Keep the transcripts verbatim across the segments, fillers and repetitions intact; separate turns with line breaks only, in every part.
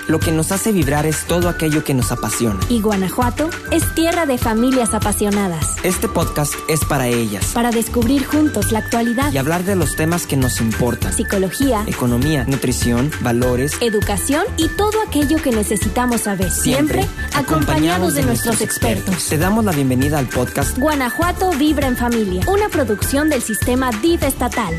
Lo que nos hace vibrar es todo aquello que nos apasiona.
Y Guanajuato es tierra de familias apasionadas.
Este podcast es para ellas.
Para descubrir juntos la actualidad.
Y hablar de los temas que nos importan.
Psicología,
economía, nutrición, valores,
educación y todo aquello que necesitamos saber.
Siempre,
Siempre acompañados de, de nuestros expertos. expertos.
Te damos la bienvenida al podcast
Guanajuato Vibra en Familia, una producción del sistema D I F estatal.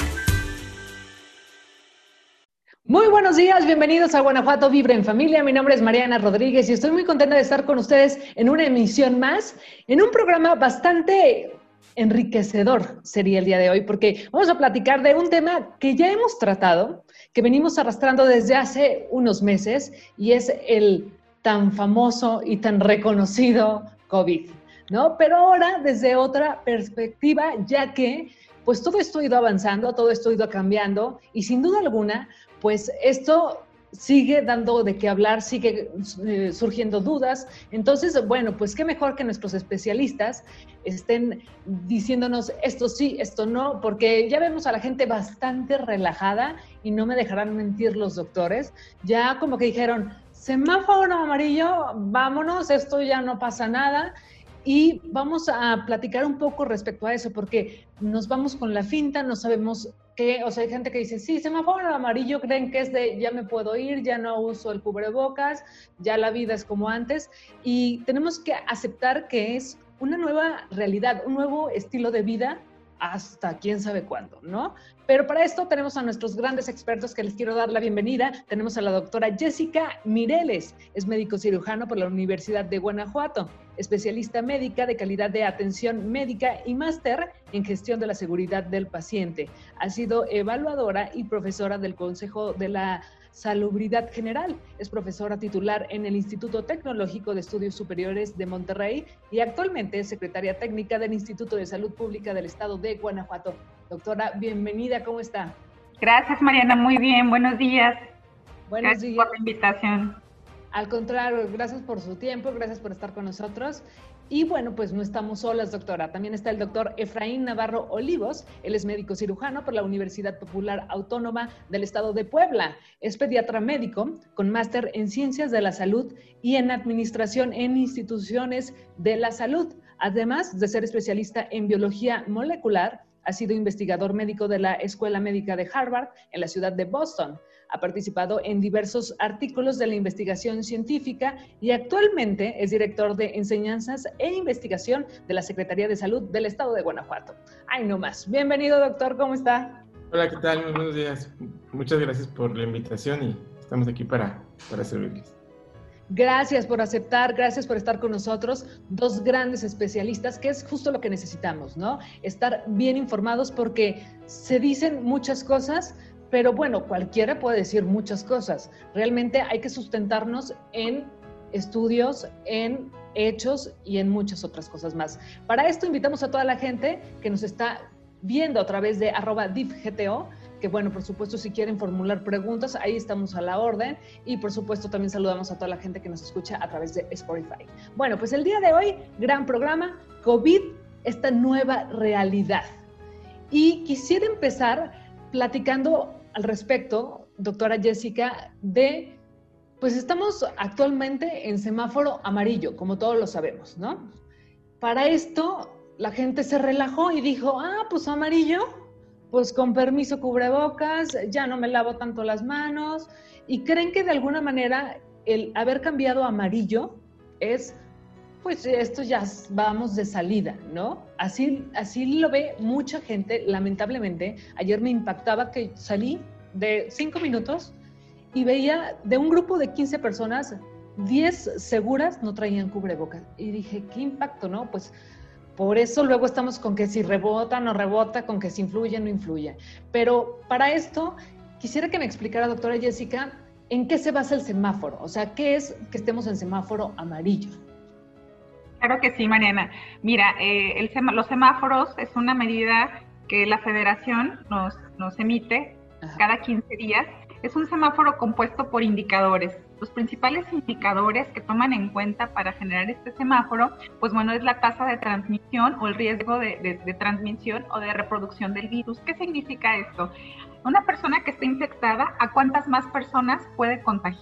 Muy buenos días, bienvenidos a Guanajuato Vibra en Familia. Mi nombre es Mariana Rodríguez y estoy muy contenta de estar con ustedes en una emisión más, en un programa bastante enriquecedor sería el día de hoy, porque vamos a platicar de un tema que ya hemos tratado, que venimos arrastrando desde hace unos meses, y es el tan famoso y tan reconocido COVID, ¿no? Pero ahora desde otra perspectiva, ya que pues todo esto ha ido avanzando, todo esto ha ido cambiando, y sin duda alguna, pues esto sigue dando de qué hablar, sigue eh, surgiendo dudas. Entonces, bueno, pues qué mejor que nuestros especialistas estén diciéndonos esto sí, esto no, porque ya vemos a la gente bastante relajada y no me dejarán mentir los doctores. Ya como que dijeron, semáforo amarillo, vámonos, esto ya no pasa nada. Y vamos a platicar un poco respecto a eso, porque nos vamos con la finta, no sabemos qué, o sea, hay gente que dice, sí, semáforo amarillo, creen que es de ya me puedo ir, ya no uso el cubrebocas, ya la vida es como antes, y tenemos que aceptar que es una nueva realidad, un nuevo estilo de vida hasta quién sabe cuándo, ¿no? Pero para esto tenemos a nuestros grandes expertos que les quiero dar la bienvenida. Tenemos a la doctora Jessica Mireles, es médico cirujano por la Universidad de Guanajuato, especialista médica de calidad de atención médica y máster en gestión de la seguridad del paciente. Ha sido evaluadora y profesora del Consejo de la Salubridad General. Es profesora titular en el Instituto Tecnológico de Estudios Superiores de Monterrey y actualmente es secretaria técnica del Instituto de Salud Pública del Estado de Guanajuato. Doctora, bienvenida, ¿cómo está?
Gracias, Mariana, muy bien, buenos días.
Buenos
gracias
días.
por la invitación.
Al contrario, gracias por su tiempo, gracias por estar con nosotros. Y bueno, pues no estamos solas, doctora. También está el doctor Efraín Navarro Olivos. Él es médico cirujano por la Universidad Popular Autónoma del Estado de Puebla. Es pediatra médico con máster en Ciencias de la Salud y en Administración en Instituciones de la Salud. Además de ser especialista en biología molecular, ha sido investigador médico de la Escuela Médica de Harvard en la ciudad de Boston. Ha participado en diversos artículos de la investigación científica y actualmente es director de enseñanzas e investigación de la Secretaría de Salud del Estado de Guanajuato. Ay, no más. Bienvenido, doctor. ¿Cómo está?
Hola, ¿qué tal? Muy buenos días. Muchas gracias por la invitación y estamos aquí para, para servirles.
Gracias por aceptar, gracias por estar con nosotros, dos grandes especialistas, que es justo lo que necesitamos, ¿no? Estar bien informados porque se dicen muchas cosas, pero bueno, cualquiera puede decir muchas cosas. Realmente hay que sustentarnos en estudios, en hechos y en muchas otras cosas más. Para esto invitamos a toda la gente que nos está viendo a través de arroba difgto, que bueno, por supuesto, si quieren formular preguntas, ahí estamos a la orden. Y por supuesto, también saludamos a toda la gente que nos escucha a través de Spotify. Bueno, pues el día de hoy, gran programa, COVID, esta nueva realidad. Y quisiera empezar platicando al respecto, doctora Jessica, de, pues estamos actualmente en semáforo amarillo, como todos lo sabemos, ¿no? Para esto, la gente se relajó y dijo, ah, pues amarillo, pues con permiso cubrebocas, ya no me lavo tanto las manos, y creen que de alguna manera el haber cambiado a amarillo es, pues esto ya vamos de salida, ¿no? Así, así lo ve mucha gente, lamentablemente. Ayer me impactaba que salí de cinco minutos y veía de un grupo de quince personas, diez seguras no traían cubrebocas. Y dije, qué impacto, ¿no? Pues por eso luego estamos con que si rebota, no rebota, con que si influye, no influye. Pero para esto, quisiera que me explicara, doctora Jessica, ¿en qué se basa el semáforo? O sea, ¿qué es que estemos en semáforo amarillo?
Claro que sí, Mariana. Mira, eh, el sema- los semáforos es una medida que la Federación nos, nos emite Ajá. cada quince días. Es un semáforo compuesto por indicadores. Los principales indicadores que toman en cuenta para generar este semáforo, pues bueno, es la tasa de transmisión o el riesgo de, de, de transmisión o de reproducción del virus. ¿Qué significa esto? Una persona que esté infectada, ¿a cuántas más personas puede contagiar?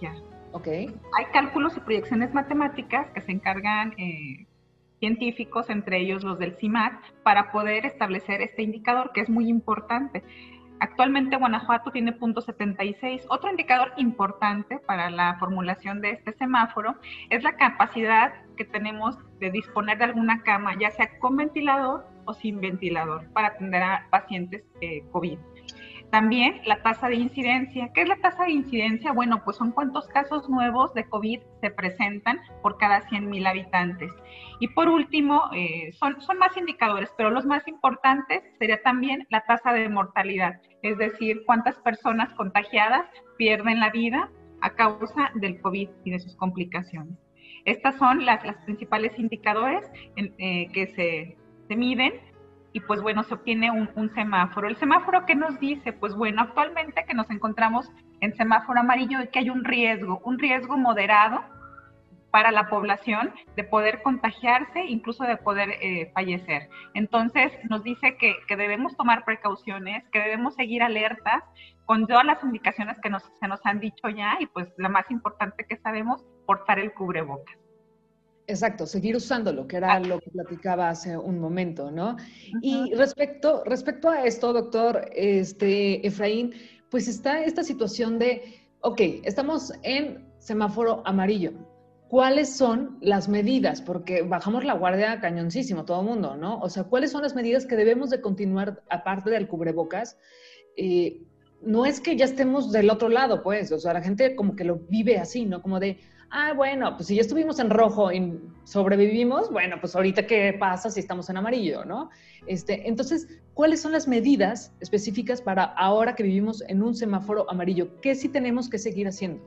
Ok.
Hay cálculos y proyecciones matemáticas que se encargan eh, científicos, entre ellos los del CIMAC, para poder establecer este indicador que es muy importante. Actualmente Guanajuato tiene punto setenta y seis. Otro indicador importante para la formulación de este semáforo es la capacidad que tenemos de disponer de alguna cama, ya sea con ventilador o sin ventilador, para atender a pacientes eh, COVID. También la tasa de incidencia. ¿Qué es la tasa de incidencia? Bueno, pues son cuántos casos nuevos de COVID se presentan por cada cien mil habitantes. Y por último, eh, son, son más indicadores, pero los más importantes sería también la tasa de mortalidad, es decir, cuántas personas contagiadas pierden la vida a causa del COVID y de sus complicaciones. Estas son las, las principales indicadores en, eh, que se, se miden. Y pues bueno, se obtiene un, un semáforo. ¿El semáforo qué nos dice? Pues bueno, actualmente que nos encontramos en semáforo amarillo y que hay un riesgo, un riesgo moderado para la población de poder contagiarse, incluso de poder eh, fallecer. Entonces nos dice que, que debemos tomar precauciones, que debemos seguir alertas con todas las indicaciones que nos, se nos han dicho ya, y pues la más importante que sabemos, portar el cubrebocas.
Exacto, seguir usándolo, que era lo que platicaba hace un momento, ¿no? Uh-huh. Y respecto, respecto a esto, doctor este, Efraín, pues está esta situación de, ok, estamos en semáforo amarillo. ¿Cuáles son las medidas? Porque bajamos la guardia cañoncísimo, todo el mundo, ¿no? O sea, ¿cuáles son las medidas que debemos de continuar aparte del cubrebocas? Eh, no es que ya estemos del otro lado, pues, o sea, la gente como que lo vive así, ¿no? Como de, ah, bueno, pues si ya estuvimos en rojo y sobrevivimos, bueno, pues ahorita qué pasa si estamos en amarillo, ¿no? Este, entonces, ¿cuáles son las medidas específicas para ahora que vivimos en un semáforo amarillo? ¿Qué sí tenemos que seguir haciendo?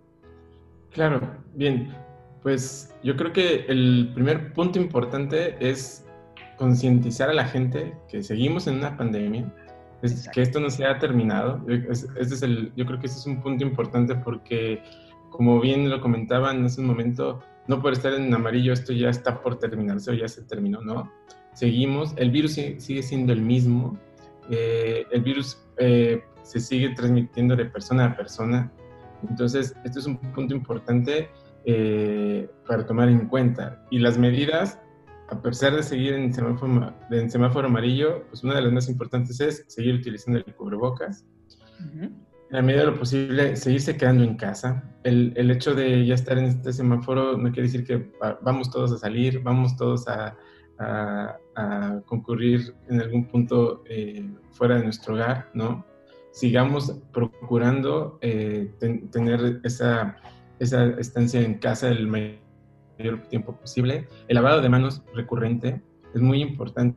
Claro, bien, pues yo creo que el primer punto importante es concientizar a la gente que seguimos en una pandemia, es, que esto no se ha terminado. Es, este es el, yo creo que ese es un punto importante porque, como bien lo comentaban hace un momento, no por estar en amarillo esto ya está por terminarse o ya se terminó, ¿no? Seguimos, el virus sigue siendo el mismo, eh, el virus eh, se sigue transmitiendo de persona a persona, entonces esto es un punto importante eh, para tomar en cuenta. Y las medidas, a pesar de seguir en semáforo, en semáforo amarillo, pues una de las más importantes es seguir utilizando el cubrebocas. Uh-huh. En la medida de lo posible, seguirse quedando en casa. El, el hecho de ya estar en este semáforo no quiere decir que vamos todos a salir, vamos todos a, a, a concurrir en algún punto eh, fuera de nuestro hogar, ¿no? Sigamos procurando eh, ten, tener esa, esa estancia en casa el mayor tiempo posible. El lavado de manos recurrente es muy importante,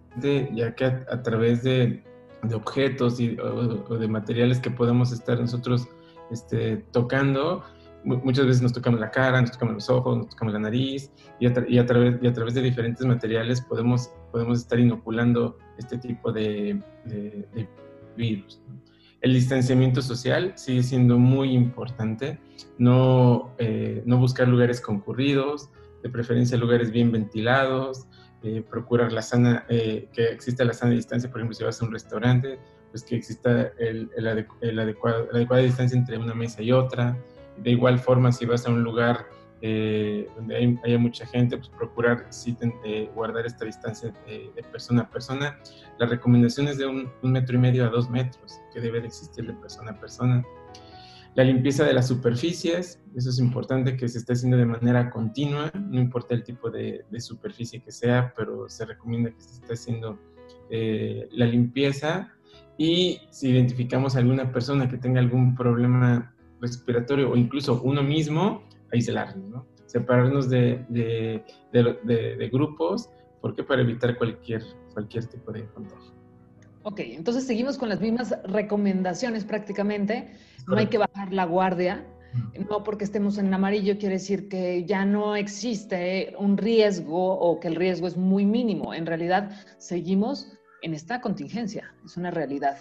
ya que a, a través de de objetos y, o, o de materiales que podemos estar nosotros este, tocando, muchas veces nos tocamos la cara, nos tocamos los ojos, nos tocamos la nariz, y a, tra- y a, través, y a través de diferentes materiales podemos, podemos estar inoculando este tipo de, de, de virus. El distanciamiento social sigue siendo muy importante, no, eh, no buscar lugares concurridos, de preferencia lugares bien ventilados, Eh, procurar la sana, eh, que exista la sana distancia. Por ejemplo, si vas a un restaurante, pues que exista el, el adecu- el adecuado, la adecuada distancia entre una mesa y otra. De igual forma, si vas a un lugar eh, donde hay, haya mucha gente, pues procurar sí, eh, guardar esta distancia de, de persona a persona. La recomendación es de un, un metro y medio a dos metros, que debe de existir de persona a persona. La limpieza de las superficies, eso es importante que se esté haciendo de manera continua, no importa el tipo de, de superficie que sea, pero se recomienda que se esté haciendo eh, la limpieza. Y si identificamos a alguna persona que tenga algún problema respiratorio o incluso uno mismo, aislarnos, ¿no? Separarnos de, de, de, de, de grupos, porque para evitar cualquier, cualquier tipo de contagio.
Ok, entonces seguimos con las mismas recomendaciones prácticamente. No hay que bajar la guardia. No porque estemos en amarillo quiere decir que ya no existe un riesgo o que el riesgo es muy mínimo. En realidad seguimos en esta contingencia, es una realidad.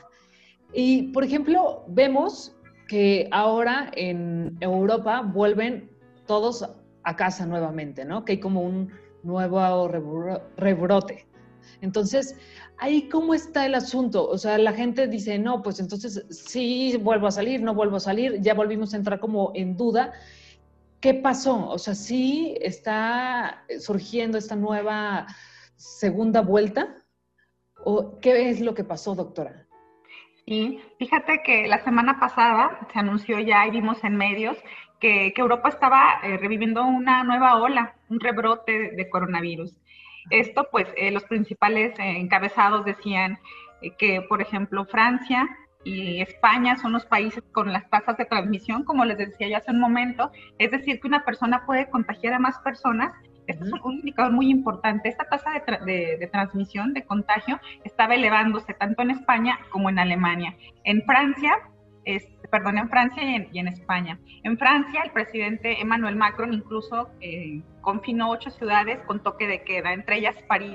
Y, por ejemplo, vemos que ahora en Europa vuelven todos a casa nuevamente, ¿no? Que hay como un nuevo rebrote. Entonces, ahí cómo está el asunto. O sea, la gente dice, no, pues entonces sí vuelvo a salir, no vuelvo a salir, ya volvimos a entrar como en duda. ¿Qué pasó? O sea, ¿sí está surgiendo esta nueva segunda vuelta? ¿O qué es lo que pasó, doctora?
Sí, fíjate que la semana pasada se anunció ya y vimos en medios que, que Europa estaba eh, reviviendo una nueva ola, un rebrote de, de coronavirus. Esto, pues, eh, los principales eh, encabezados decían eh, que, por ejemplo, Francia y España son los países con las tasas de transmisión, como les decía ya hace un momento, es decir, que una persona puede contagiar a más personas. Este es un indicador muy importante. Esta tasa de, tra de, de transmisión, de contagio, estaba elevándose tanto en España como en Alemania. En Francia, es, perdón, en Francia y en, y en España. En Francia, el presidente Emmanuel Macron incluso eh, confinó ocho ciudades con toque de queda, entre ellas París.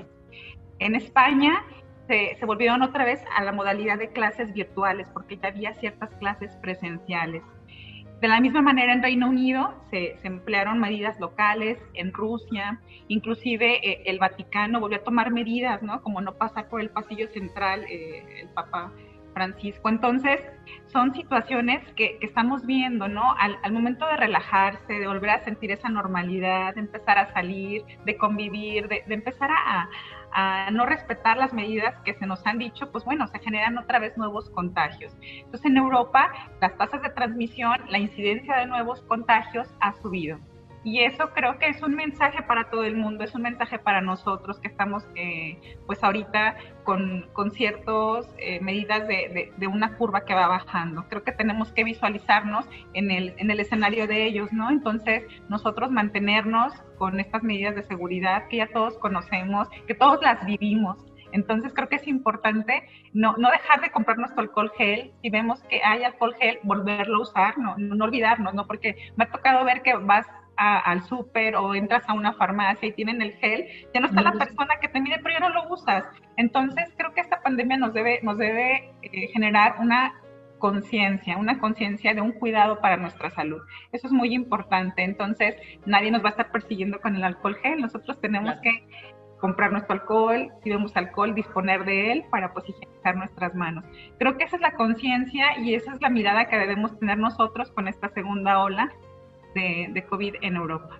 En España se, se volvieron otra vez a la modalidad de clases virtuales, porque ya había ciertas clases presenciales. De la misma manera, en Reino Unido se, se emplearon medidas locales, en Rusia, inclusive eh, el Vaticano volvió a tomar medidas, ¿no? Como no pasar por el pasillo central, eh, el Papa Francisco. Entonces, son situaciones que, que estamos viendo, ¿no? Al, al momento de relajarse, de volver a sentir esa normalidad, de empezar a salir, de convivir, de, de empezar a, a no respetar las medidas que se nos han dicho, pues bueno, se generan otra vez nuevos contagios. Entonces, en Europa, las tasas de transmisión, la incidencia de nuevos contagios ha subido. Y eso creo que es un mensaje para todo el mundo, es un mensaje para nosotros que estamos eh, pues ahorita con, con ciertas eh, medidas de, de, de una curva que va bajando. Creo que tenemos que visualizarnos en el, en el escenario de ellos, ¿no? Entonces nosotros mantenernos con estas medidas de seguridad que ya todos conocemos, que todos las vivimos. Entonces creo que es importante no, no dejar de comprar nuestro alcohol gel. Si vemos que hay alcohol gel, volverlo a usar, no, no, no olvidarnos, ¿no? Porque me ha tocado ver que vas A, al súper o entras a una farmacia y tienen el gel, ya no está la persona que te mide, pero ya no lo usas. Entonces creo que esta pandemia nos debe, nos debe eh, generar una conciencia, una conciencia de un cuidado para nuestra salud. Eso es muy importante. Entonces nadie nos va a estar persiguiendo con el alcohol gel, nosotros tenemos claro. que comprar nuestro alcohol, si vemos alcohol, disponer de él para pues higienizar nuestras manos. Creo que esa es la conciencia y esa es la mirada que debemos tener nosotros con esta segunda ola De, de COVID en Europa.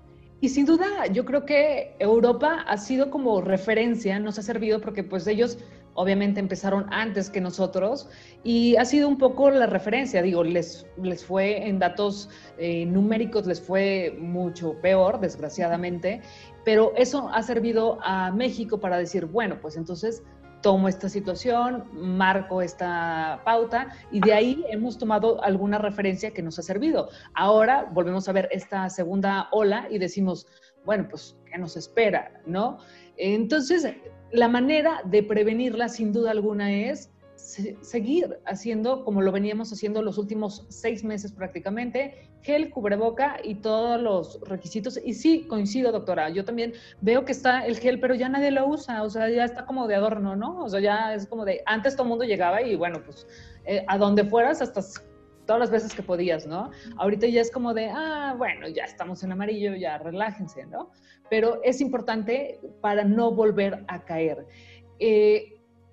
Y sin duda, yo creo que Europa ha sido como referencia, nos ha servido porque pues ellos obviamente empezaron antes que nosotros y ha sido un poco la referencia, digo, les, les fue en datos eh, numéricos, les fue mucho peor, desgraciadamente, pero eso ha servido a México para decir, bueno, pues entonces tomo esta situación, marco esta pauta y de ahí hemos tomado alguna referencia que nos ha servido. Ahora volvemos a ver esta segunda ola y decimos, bueno, pues, ¿qué nos espera? ¿No? Entonces, la manera de prevenirla, sin duda alguna, es se- seguir haciendo como lo veníamos haciendo los últimos seis meses prácticamente, gel, cubreboca y todos los requisitos. Y sí, coincido, doctora, yo también veo que está el gel, pero ya nadie lo usa, o sea, ya está como de adorno, ¿no? O sea, ya es como de, antes todo el mundo llegaba y bueno, pues eh, a donde fueras hasta todas las veces que podías, ¿no? Ahorita ya es como de, ah, bueno, ya estamos en amarillo, ya relájense, ¿no? Pero es importante para no volver a caer. Eh,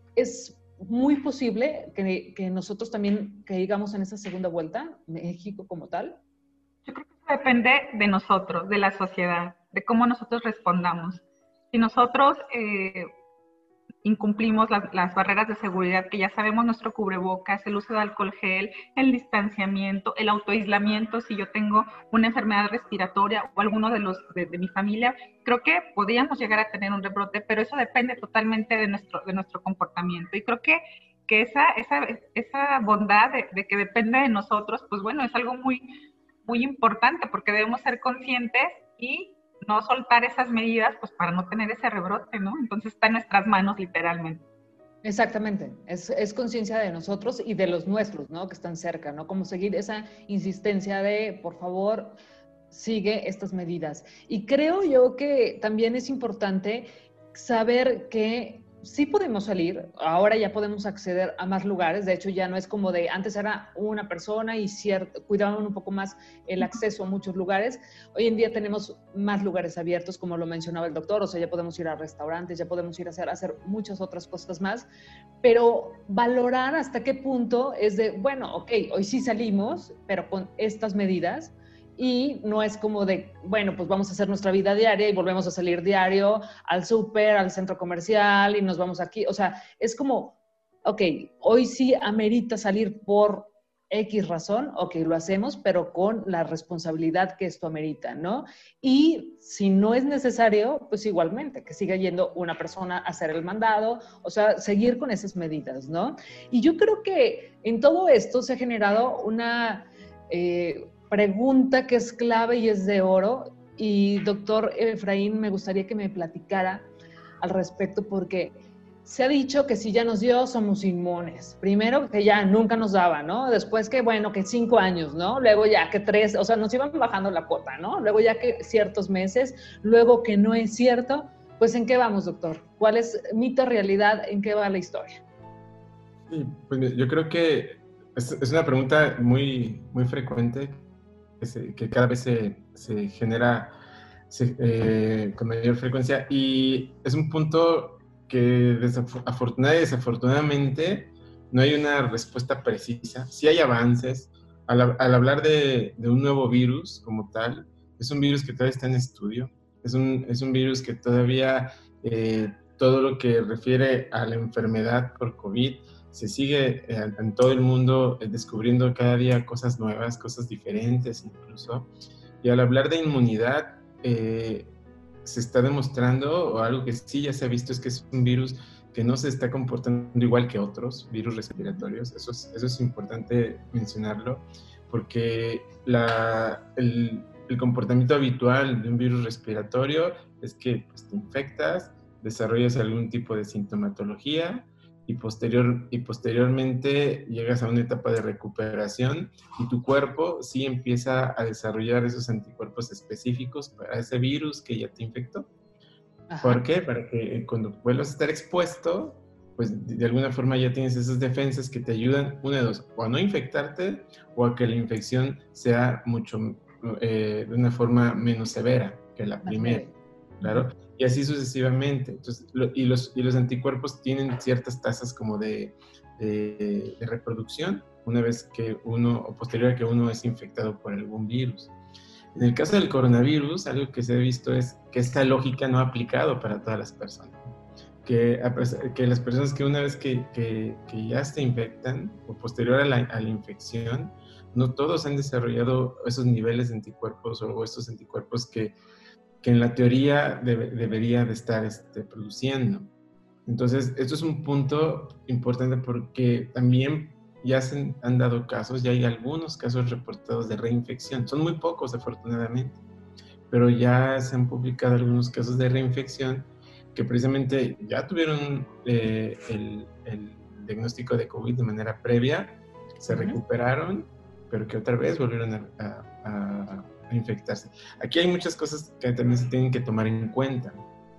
es muy posible que, que nosotros también caigamos en esa segunda vuelta, México como tal.
Yo creo que eso depende de nosotros, de la sociedad, de cómo nosotros respondamos. Si nosotros eh, incumplimos las, las barreras de seguridad, que ya sabemos, nuestro cubrebocas, el uso de alcohol gel, el distanciamiento, el autoaislamiento, si yo tengo una enfermedad respiratoria o alguno de los de, de mi familia, creo que podríamos llegar a tener un rebrote, pero eso depende totalmente de nuestro, de nuestro comportamiento. Y creo que, que esa, esa, esa bondad de, de que depende de nosotros, pues bueno, es algo muy, muy importante porque debemos ser conscientes y no soltar esas medidas pues para no tener ese rebrote, ¿no? Entonces está en nuestras manos literalmente.
Exactamente, es, es conciencia de nosotros y de los nuestros, ¿no? Que están cerca, ¿no? Como seguir esa insistencia de, por favor, sigue estas medidas. Y creo yo que también es importante saber que sí podemos salir, ahora ya podemos acceder a más lugares, de hecho ya no es como de, antes era una persona y cierto, cuidaban un poco más el acceso a muchos lugares, hoy en día tenemos más lugares abiertos, como lo mencionaba el doctor, o sea, ya podemos ir a restaurantes, ya podemos ir a hacer, a hacer muchas otras cosas más, pero valorar hasta qué punto es de, bueno, ok, hoy sí salimos, pero con estas medidas, y no es como de, bueno, pues vamos a hacer nuestra vida diaria y volvemos a salir diario al súper, al centro comercial y nos vamos aquí. O sea, es como, ok, hoy sí amerita salir por X razón, ok, lo hacemos, pero con la responsabilidad que esto amerita, ¿no? Y si no es necesario, pues igualmente, que siga yendo una persona a hacer el mandado, o sea, seguir con esas medidas, ¿no? Y yo creo que en todo esto se ha generado una... Eh, pregunta que es clave y es de oro, y doctor Efraín, me gustaría que me platicara al respecto, porque se ha dicho que si ya nos dio, somos inmunes. Primero que ya nunca nos daba, ¿no? Después que, bueno, que cinco años, ¿no? Luego ya que tres, o sea, nos iban bajando la cuota, ¿no? Luego ya que ciertos meses, luego que no es cierto. Pues, ¿en qué vamos, doctor? ¿Cuál es mito, realidad? ¿En qué va la historia?
Sí, pues yo creo que es, es una pregunta muy, muy frecuente, que, se, que cada vez se, se genera se, eh, con mayor frecuencia, y es un punto que afortunadamente y desafortunadamente no hay una respuesta precisa. Sí hay avances. Al, al hablar de, de un nuevo virus como tal, es un virus que todavía está en estudio, es un, es un virus que todavía eh, todo lo que refiere a la enfermedad por COVID se sigue en, en todo el mundo eh, descubriendo cada día cosas nuevas, cosas diferentes incluso. Y al hablar de inmunidad, eh, se está demostrando, o algo que sí ya se ha visto, es que es un virus que no se está comportando igual que otros virus respiratorios. Eso es, eso es importante mencionarlo, porque la, el, el comportamiento habitual de un virus respiratorio es que pues, te infectas, desarrollas algún tipo de sintomatología, y, posterior, y posteriormente llegas a una etapa de recuperación y tu cuerpo sí empieza a desarrollar esos anticuerpos específicos para ese virus que ya te infectó. Ajá. ¿Por qué? Para que cuando vuelvas a estar expuesto, pues de alguna forma ya tienes esas defensas que te ayudan, una de dos, o a no infectarte o a que la infección sea mucho, eh, de una forma menos severa que la primera. Claro, y así sucesivamente. Entonces, lo, y, los, y los anticuerpos tienen ciertas tasas como de, de, de reproducción una vez que uno, o posterior a que uno es infectado por algún virus. En el caso del coronavirus, algo que se ha visto es que esta lógica no ha aplicado para todas las personas. Que, que las personas que una vez que, que, que ya se infectan, o posterior a la, a la infección, no todos han desarrollado esos niveles de anticuerpos o estos anticuerpos que que en la teoría debe, debería de estar este, produciendo. Entonces, esto es un punto importante porque también ya se han dado casos, ya hay algunos casos reportados de reinfección. Son muy pocos, afortunadamente, pero ya se han publicado algunos casos de reinfección que precisamente ya tuvieron eh, el, el diagnóstico de COVID de manera previa, se recuperaron, pero que otra vez volvieron a, a, a infectarse. Aquí hay muchas cosas que también se tienen que tomar en cuenta,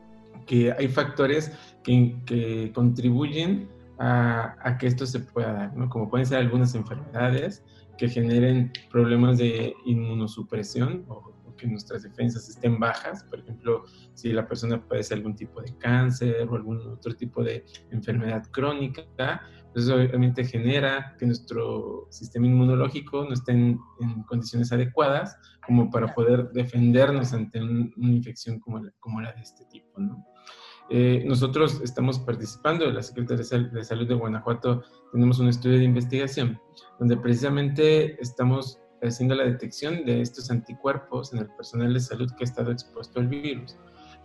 que hay factores que, que contribuyen a, a que esto se pueda dar, ¿no? Como pueden ser algunas enfermedades que generen problemas de inmunosupresión o, o que nuestras defensas estén bajas. Por ejemplo, si la persona padece algún tipo de cáncer o algún otro tipo de enfermedad crónica, pues eso obviamente genera que nuestro sistema inmunológico no esté en, en condiciones adecuadas como para poder defendernos ante un, una infección como la, como la de este tipo, ¿no? Eh, nosotros estamos participando, la Secretaría de, Sal- de Salud de Guanajuato, tenemos un estudio de investigación donde precisamente estamos haciendo la detección de estos anticuerpos en el personal de salud que ha estado expuesto al virus.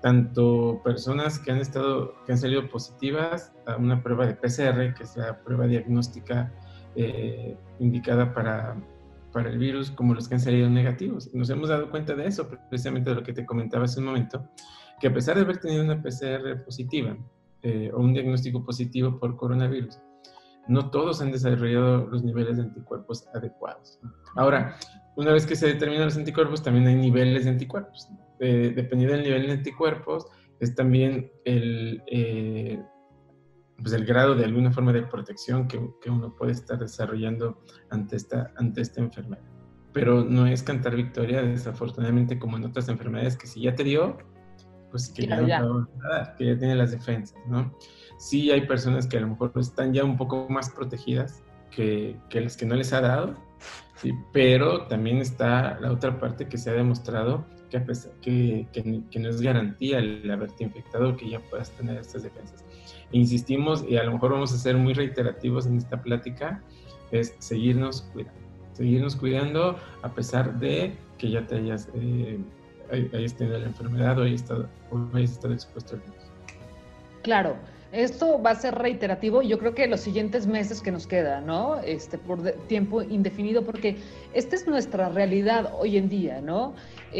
Tanto personas que han estado, que han salido positivas a una prueba de P C R, que es la prueba diagnóstica eh, indicada para, para el virus, como los que han salido negativos. Nos hemos dado cuenta de eso, precisamente de lo que te comentaba hace un momento, que a pesar de haber tenido una P C R positiva eh, o un diagnóstico positivo por coronavirus, no todos han desarrollado los niveles de anticuerpos adecuados. Ahora, una vez que se determinan los anticuerpos, también hay niveles de anticuerpos. Eh, dependiendo del nivel de anticuerpos, es también el, eh, pues el grado de alguna forma de protección que, que uno puede estar desarrollando ante esta, ante esta enfermedad. Pero no es cantar victoria, desafortunadamente, como en otras enfermedades, que si ya te dio, pues que claro, ya no te va a dar, que ya tiene las defensas, ¿no? Sí hay personas que a lo mejor están ya un poco más protegidas que, que las que no les ha dado, ¿sí? Pero también está la otra parte que se ha demostrado que, a pesar, que, que, que no es garantía el haberte infectado que ya puedas tener estas defensas. E insistimos, y a lo mejor vamos a ser muy reiterativos en esta plática, es seguirnos cuidando. Seguirnos cuidando a pesar de que ya te hayas, eh, hayas tenido la enfermedad o hayas estado, o hayas estado expuesto al virus.
Claro, esto va a ser reiterativo y yo creo que los siguientes meses que nos queda, ¿no? Este, por de, tiempo indefinido, porque esta es nuestra realidad hoy en día, ¿no?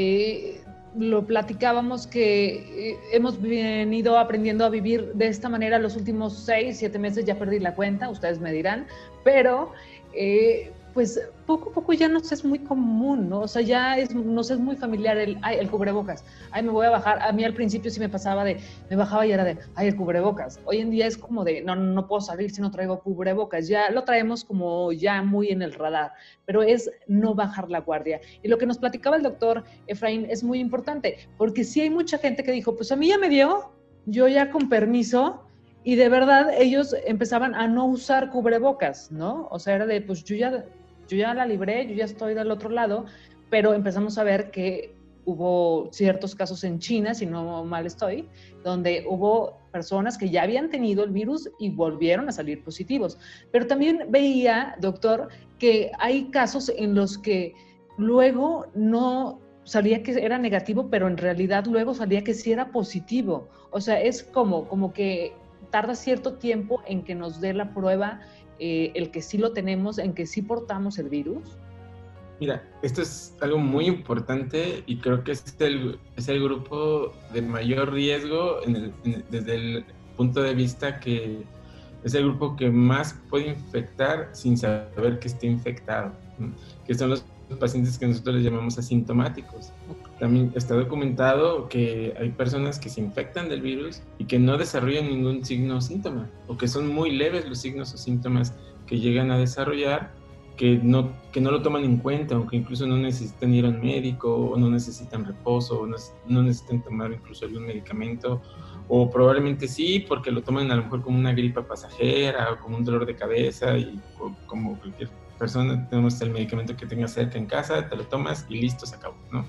Eh, lo platicábamos que eh, hemos venido aprendiendo a vivir de esta manera los últimos seis, siete meses, ya perdí la cuenta, ustedes me dirán, pero... Eh, pues poco a poco ya nos es muy común, ¿no? O sea, ya es, nos es muy familiar el, ay, el cubrebocas, ay, me voy a bajar. A mí al principio sí me pasaba de, me bajaba y era de, ay, el cubrebocas. Hoy en día es como de, no, no puedo salir si no traigo cubrebocas. Ya lo traemos como ya muy en el radar, pero es no bajar la guardia. Y lo que nos platicaba el doctor Efraín es muy importante, porque sí hay mucha gente que dijo, pues a mí ya me dio, yo ya con permiso, y de verdad ellos empezaban a no usar cubrebocas, ¿no? O sea, era de, pues yo ya... yo ya la libré, yo ya estoy del otro lado, pero empezamos a ver que hubo ciertos casos en China, si no mal estoy, donde hubo personas que ya habían tenido el virus y volvieron a salir positivos. Pero también veía, doctor, que hay casos en los que luego no salía que era negativo, pero en realidad luego salía que sí era positivo. O sea, es como, como que tarda cierto tiempo en que nos dé la prueba Eh, el que sí lo tenemos, en que sí portamos el virus?
Mira, esto es algo muy importante y creo que es el, es el grupo de mayor riesgo en el, en, desde el punto de vista que es el grupo que más puede infectar sin saber que esté infectado, ¿no? Que son los pacientes que nosotros les llamamos asintomáticos. También está documentado que hay personas que se infectan del virus y que no desarrollan ningún signo o síntoma, o que son muy leves los signos o síntomas que llegan a desarrollar, que no, que no lo toman en cuenta, aunque incluso no necesitan ir a un médico, o no necesitan reposo, o no, no necesitan tomar incluso algún medicamento, o probablemente sí, porque lo toman a lo mejor como una gripa pasajera, o como un dolor de cabeza, y o, como cualquier persona, tenemos el medicamento que tengas cerca en casa, te lo tomas y listo, se acabó, ¿no?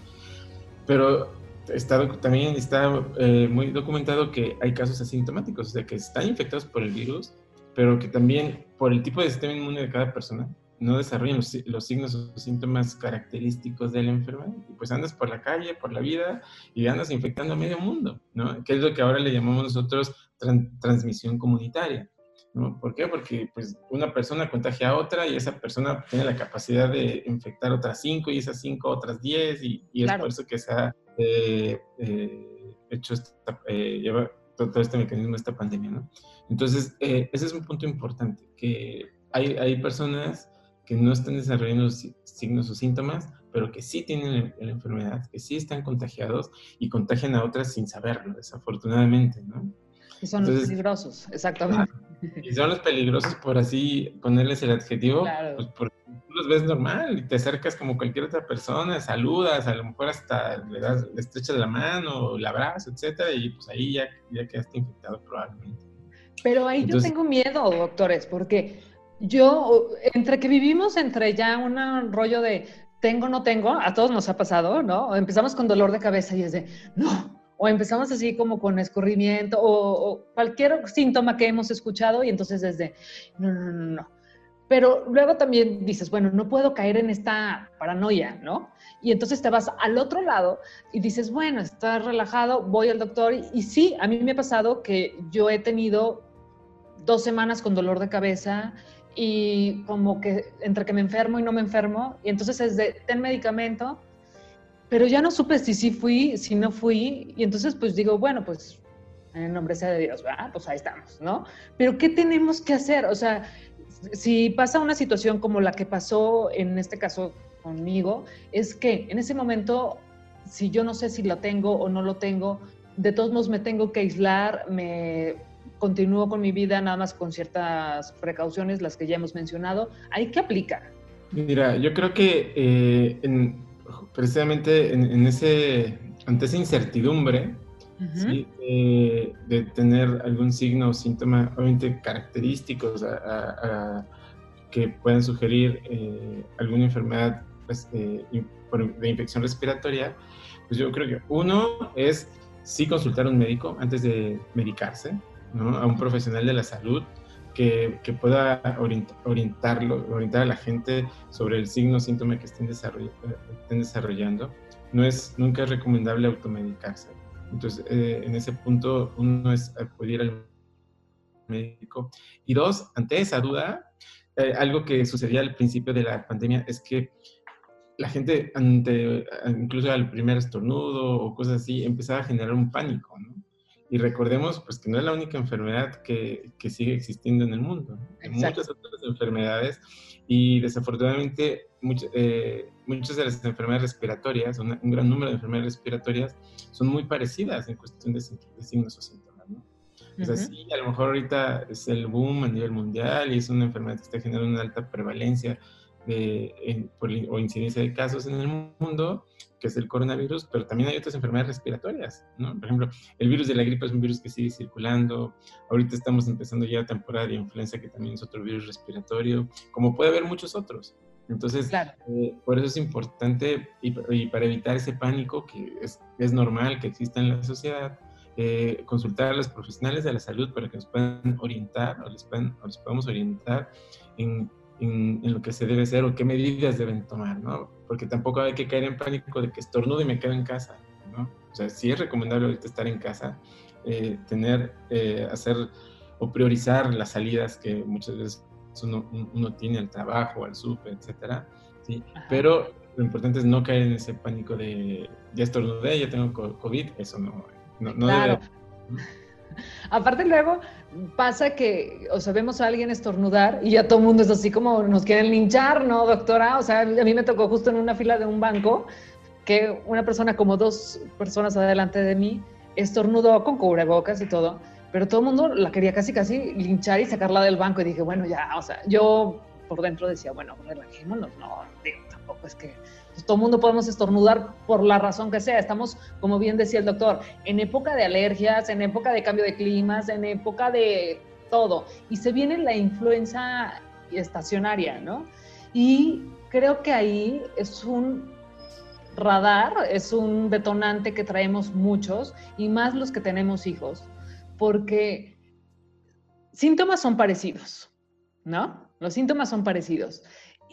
Pero está, también está eh, muy documentado que hay casos asintomáticos, o sea, que están infectados por el virus, pero que también por el tipo de sistema inmune de cada persona no desarrollan los, los signos o síntomas característicos de la enfermedad. Y pues andas por la calle, por la vida, y andas infectando a medio mundo, ¿no? Que es lo que ahora le llamamos nosotros tran transmisión comunitaria, ¿no? ¿Por qué? Porque pues una persona contagia a otra y esa persona tiene la capacidad de infectar otras cinco y esas cinco otras diez y, y claro. Es por eso que se ha eh, eh, hecho esta, eh, lleva todo, todo este mecanismo de esta pandemia, ¿no? Entonces, eh, ese es un punto importante, que hay, hay personas que no están desarrollando signos o síntomas, pero que sí tienen la enfermedad, que sí están contagiados y contagian a otras sin saberlo, desafortunadamente, ¿no?
Y son Entonces, los peligrosos, exactamente.
Y son los peligrosos, por así ponerles el adjetivo, claro. Pues porque tú los ves normal y te acercas como cualquier otra persona, saludas, a lo mejor hasta le, das, le estrechas la mano, la abrazo, etcétera, y pues ahí ya, ya quedaste infectado probablemente.
Pero ahí Entonces, yo tengo miedo, doctores, porque yo, entre que vivimos entre ya un rollo de tengo, no tengo, a todos nos ha pasado, ¿no? Empezamos con dolor de cabeza y es de, no, o empezamos así como con escurrimiento o, o cualquier síntoma que hemos escuchado y entonces desde, no, no, no, no. Pero luego también dices, bueno, no puedo caer en esta paranoia, ¿no? Y entonces te vas al otro lado y dices, bueno, estás relajado, voy al doctor y, y sí, a mí me ha pasado que yo he tenido dos semanas con dolor de cabeza y como que entre que me enfermo y no me enfermo, y entonces es de, ten medicamento, pero ya no supe si sí fui, si no fui, y entonces pues digo, bueno, pues en el nombre sea de Dios, ¿verdad? Pues ahí estamos, ¿no? Pero ¿qué tenemos que hacer? O sea, si pasa una situación como la que pasó en este caso conmigo, es que en ese momento, si yo no sé si lo tengo o no lo tengo, de todos modos me tengo que aislar, me... continúo con mi vida nada más con ciertas precauciones, las que ya hemos mencionado. ¿Ahí qué aplica?
Mira, yo creo que eh, en, precisamente en, en ese, ante esa incertidumbre, uh-huh. ¿sí? eh, de tener algún signo o síntoma obviamente característicos a, a, a, que puedan sugerir eh, alguna enfermedad pues, eh, de infección respiratoria, pues yo creo que uno es sí consultar a un médico antes de medicarse, ¿no? A un profesional de la salud que, que pueda orient, orientarlo, orientar a la gente sobre el signo o síntoma que estén, desarroll, estén desarrollando. No es, nunca es recomendable automedicarse. Entonces, eh, en ese punto, uno es acudir al médico. Y dos, ante esa duda, eh, algo que sucedía al principio de la pandemia es que la gente, ante, incluso al primer estornudo o cosas así, empezaba a generar un pánico, ¿no? Y recordemos pues, que no es la única enfermedad que, que sigue existiendo en el mundo, ¿no? Hay muchas otras enfermedades y desafortunadamente much, eh, muchas de las enfermedades respiratorias, una, un gran número de enfermedades respiratorias son muy parecidas en cuestión de, de signos o síntomas, ¿no? Uh-huh. O sea, sí, a lo mejor ahorita es el boom a nivel mundial y es una enfermedad que está generando una alta prevalencia de, en, por, o incidencia de casos en el mundo, que es el coronavirus, pero también hay otras enfermedades respiratorias, ¿no? Por ejemplo, el virus de la gripe es un virus que sigue circulando, ahorita estamos empezando ya temporada de influenza, que también es otro virus respiratorio, como puede haber muchos otros. Entonces, claro. eh, por eso es importante, y, y para evitar ese pánico que es, es normal que exista en la sociedad, eh, consultar a los profesionales de la salud para que nos puedan orientar, o les, puedan, o les podamos orientar en En, en lo que se debe hacer o qué medidas deben tomar, ¿no? Porque tampoco hay que caer en pánico de que estornudo y me quedo en casa, ¿no? O sea, sí es recomendable ahorita estar en casa, eh, tener, eh, hacer o priorizar las salidas que muchas veces uno, uno tiene al trabajo, al súper, etcétera, ¿sí? Pero lo importante es no caer en ese pánico de ya estornudé, ya tengo COVID, eso no, no, no
claro.
debe...
Aparte luego pasa que, o sea, vemos a alguien estornudar y ya todo el mundo es así como nos quieren linchar, ¿no, doctora? O sea, a mí me tocó justo en una fila de un banco que una persona, como dos personas adelante de mí, estornudó con cubrebocas y todo, pero todo el mundo la quería casi casi linchar y sacarla del banco y dije, bueno, ya, o sea, yo por dentro decía, bueno, relajémonos, no, digo, tampoco es que pues, todo el mundo podemos estornudar por la razón que sea. Estamos, como bien decía el doctor, en época de alergias, en época de cambio de climas, en época de todo. Y se viene la influenza estacionaria, ¿no? Y creo que ahí es un radar, es un detonante que traemos muchos, y más los que tenemos hijos, porque síntomas son parecidos, ¿no? Los síntomas son parecidos.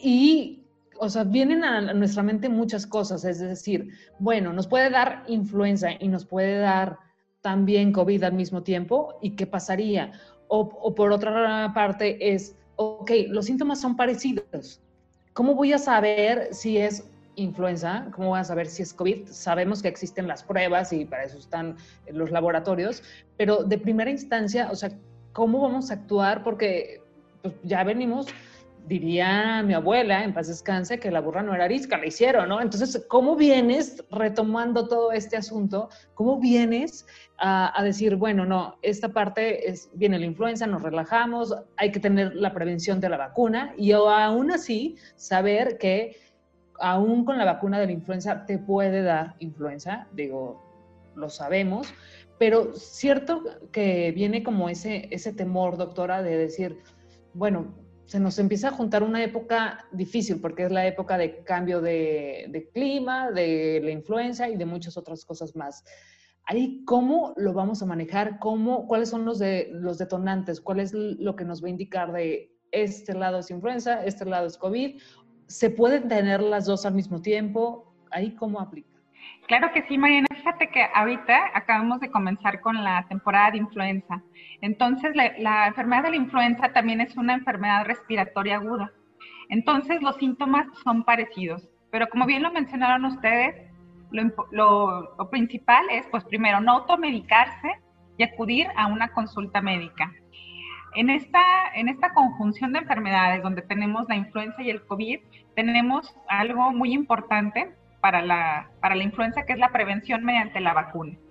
Y o sea, vienen a nuestra mente muchas cosas, es decir, bueno, nos puede dar influenza y nos puede dar también COVID al mismo tiempo, ¿y qué pasaría? O, o por otra parte es, ok, los síntomas son parecidos, ¿cómo voy a saber si es influenza? ¿Cómo voy a saber si es COVID? Sabemos que existen las pruebas y para eso están los laboratorios, pero de primera instancia, o sea, ¿cómo vamos a actuar? Porque pues, ya venimos... Diría mi abuela, en paz descanse, que la burra no era arisca, la hicieron, ¿no? Entonces, ¿cómo vienes, retomando todo este asunto, cómo vienes a, a decir, bueno, no, esta parte es, viene la influenza, nos relajamos, hay que tener la prevención de la vacuna y aún así saber que aún con la vacuna de la influenza te puede dar influenza, digo, lo sabemos, pero cierto que viene como ese, ese temor, doctora, de decir, bueno, se nos empieza a juntar una época difícil, porque es la época de cambio de, de clima, de la influenza y de muchas otras cosas más. Ahí, ¿cómo lo vamos a manejar? ¿Cómo, ¿Cuáles son los, de, los detonantes? ¿Cuál es lo que nos va a indicar de este lado es influenza, este lado es COVID? ¿Se pueden tener las dos al mismo tiempo? ¿Ahí cómo aplica?
Claro que sí, Mariana. Fíjate que ahorita acabamos de comenzar con la temporada de influenza. Entonces, la, la enfermedad de la influenza también es una enfermedad respiratoria aguda. Entonces, los síntomas son parecidos. Pero como bien lo mencionaron ustedes, lo, lo, lo principal es, pues primero, no automedicarse y acudir a una consulta médica. En esta, en esta conjunción de enfermedades donde tenemos la influenza y el COVID, tenemos algo muy importante para la, para la influenza, que es la prevención mediante la vacuna.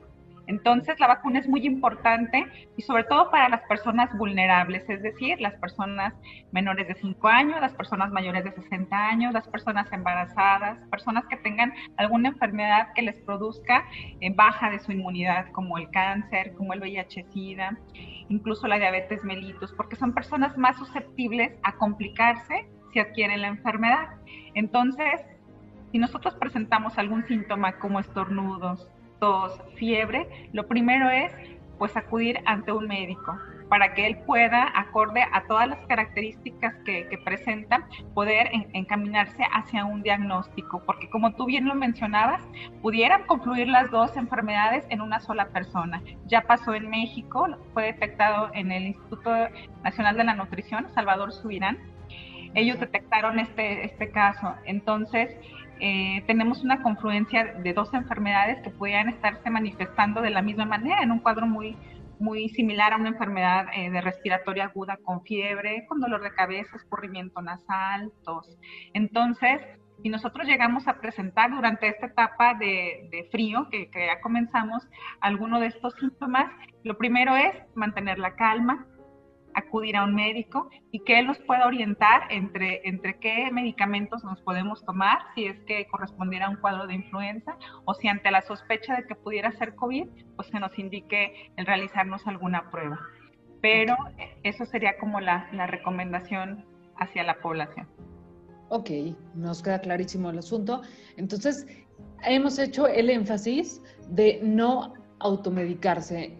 Entonces, la vacuna es muy importante y sobre todo para las personas vulnerables, es decir, las personas menores de cinco años, las personas mayores de sesenta años, las personas embarazadas, personas que tengan alguna enfermedad que les produzca eh, baja de su inmunidad, como el cáncer, como el V I H-Sida, incluso la diabetes mellitus, porque son personas más susceptibles a complicarse si adquieren la enfermedad. Entonces, si nosotros presentamos algún síntoma como estornudos, tos, fiebre, lo primero es pues acudir ante un médico para que él pueda, acorde a todas las características que, que presenta, poder en, encaminarse hacia un diagnóstico, porque como tú bien lo mencionabas, pudieran confluir las dos enfermedades en una sola persona. Ya pasó en México, fue detectado en el Instituto Nacional de la Nutrición, Salvador Subirán. Ellos detectaron este, este caso. Entonces, Eh, tenemos una confluencia de dos enfermedades que pudieran estarse manifestando de la misma manera, en un cuadro muy, muy similar a una enfermedad eh, de respiratoria aguda con fiebre, con dolor de cabeza, escurrimiento nasal, tos. Entonces, si nosotros llegamos a presentar durante esta etapa de, de frío, que, que ya comenzamos, alguno de estos síntomas, lo primero es mantener la calma, acudir a un médico y que él nos pueda orientar entre, entre qué medicamentos nos podemos tomar, si es que correspondiera a un cuadro de influenza o si ante la sospecha de que pudiera ser COVID, pues se nos indique el realizarnos alguna prueba. Pero eso sería como la, la recomendación hacia la población.
Ok, nos queda clarísimo el asunto. Entonces, hemos hecho el énfasis de no automedicarse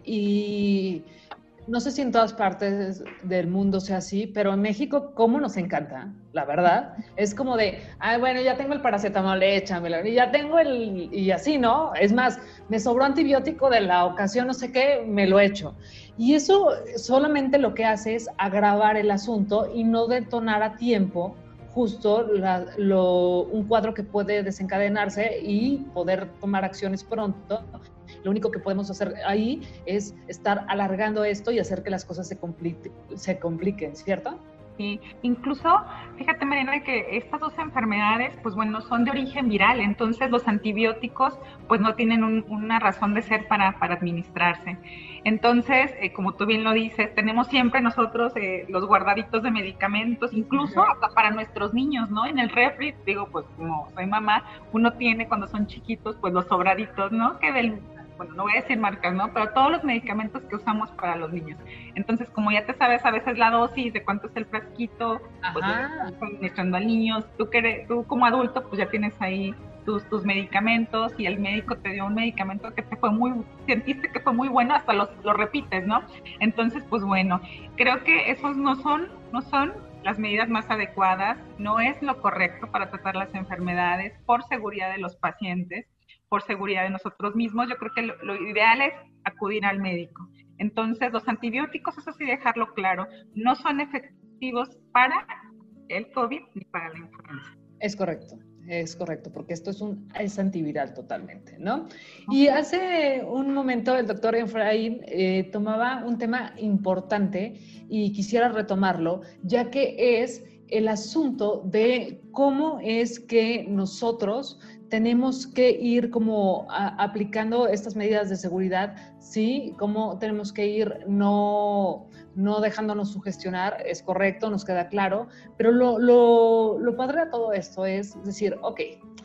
y no sé si en todas partes del mundo sea así, pero en México, ¿cómo nos encanta? La verdad, es como de, ay, bueno, ya tengo el paracetamol, échamelo, y ya tengo el, y así, ¿no? Es más, me sobró antibiótico de la ocasión, no sé qué, me lo echo. Y eso solamente lo que hace es agravar el asunto y no detonar a tiempo justo la, lo, un cuadro que puede desencadenarse y poder tomar acciones pronto. Lo único que podemos hacer ahí es estar alargando esto y hacer que las cosas se, compli- se compliquen, ¿cierto?
Sí, incluso, fíjate Mariana, que estas dos enfermedades, pues bueno, son de origen viral, entonces los antibióticos pues no tienen un, una razón de ser para, para administrarse. Entonces, eh, como tú bien lo dices, tenemos siempre nosotros eh, los guardaditos de medicamentos, incluso uh-huh. hasta para nuestros niños, ¿no? En el refri, digo, pues como soy mamá, uno tiene cuando son chiquitos, pues los sobraditos, ¿no? Que del... bueno, no voy a decir marcas, ¿no? Pero todos los medicamentos que usamos para los niños. Entonces, como ya te sabes a veces la dosis, de cuánto es el frasquito, Ajá. pues estás administrando al niño, tú, que eres, tú como adulto, pues ya tienes ahí tus, tus medicamentos y el médico te dio un medicamento que te fue muy, sentiste que fue muy bueno, hasta los, lo repites, ¿no? Entonces, pues bueno, creo que esos no son, no son las medidas más adecuadas, no es lo correcto para tratar las enfermedades por seguridad de los pacientes, por seguridad de nosotros mismos. Yo creo que lo, lo ideal es acudir al médico. Entonces, los antibióticos, eso sí dejarlo claro, no son efectivos para el COVID ni para la influenza.
Es correcto, es correcto, porque esto es un es antiviral totalmente, ¿no? Y hace un momento el doctor Efraín eh, tomaba un tema importante y quisiera retomarlo, ya que es el asunto de cómo es que nosotros tenemos que ir como a, aplicando estas medidas de seguridad, sí, cómo tenemos que ir no, no dejándonos sugestionar, es correcto, nos queda claro, pero lo, lo, lo padre de todo esto es decir, ok,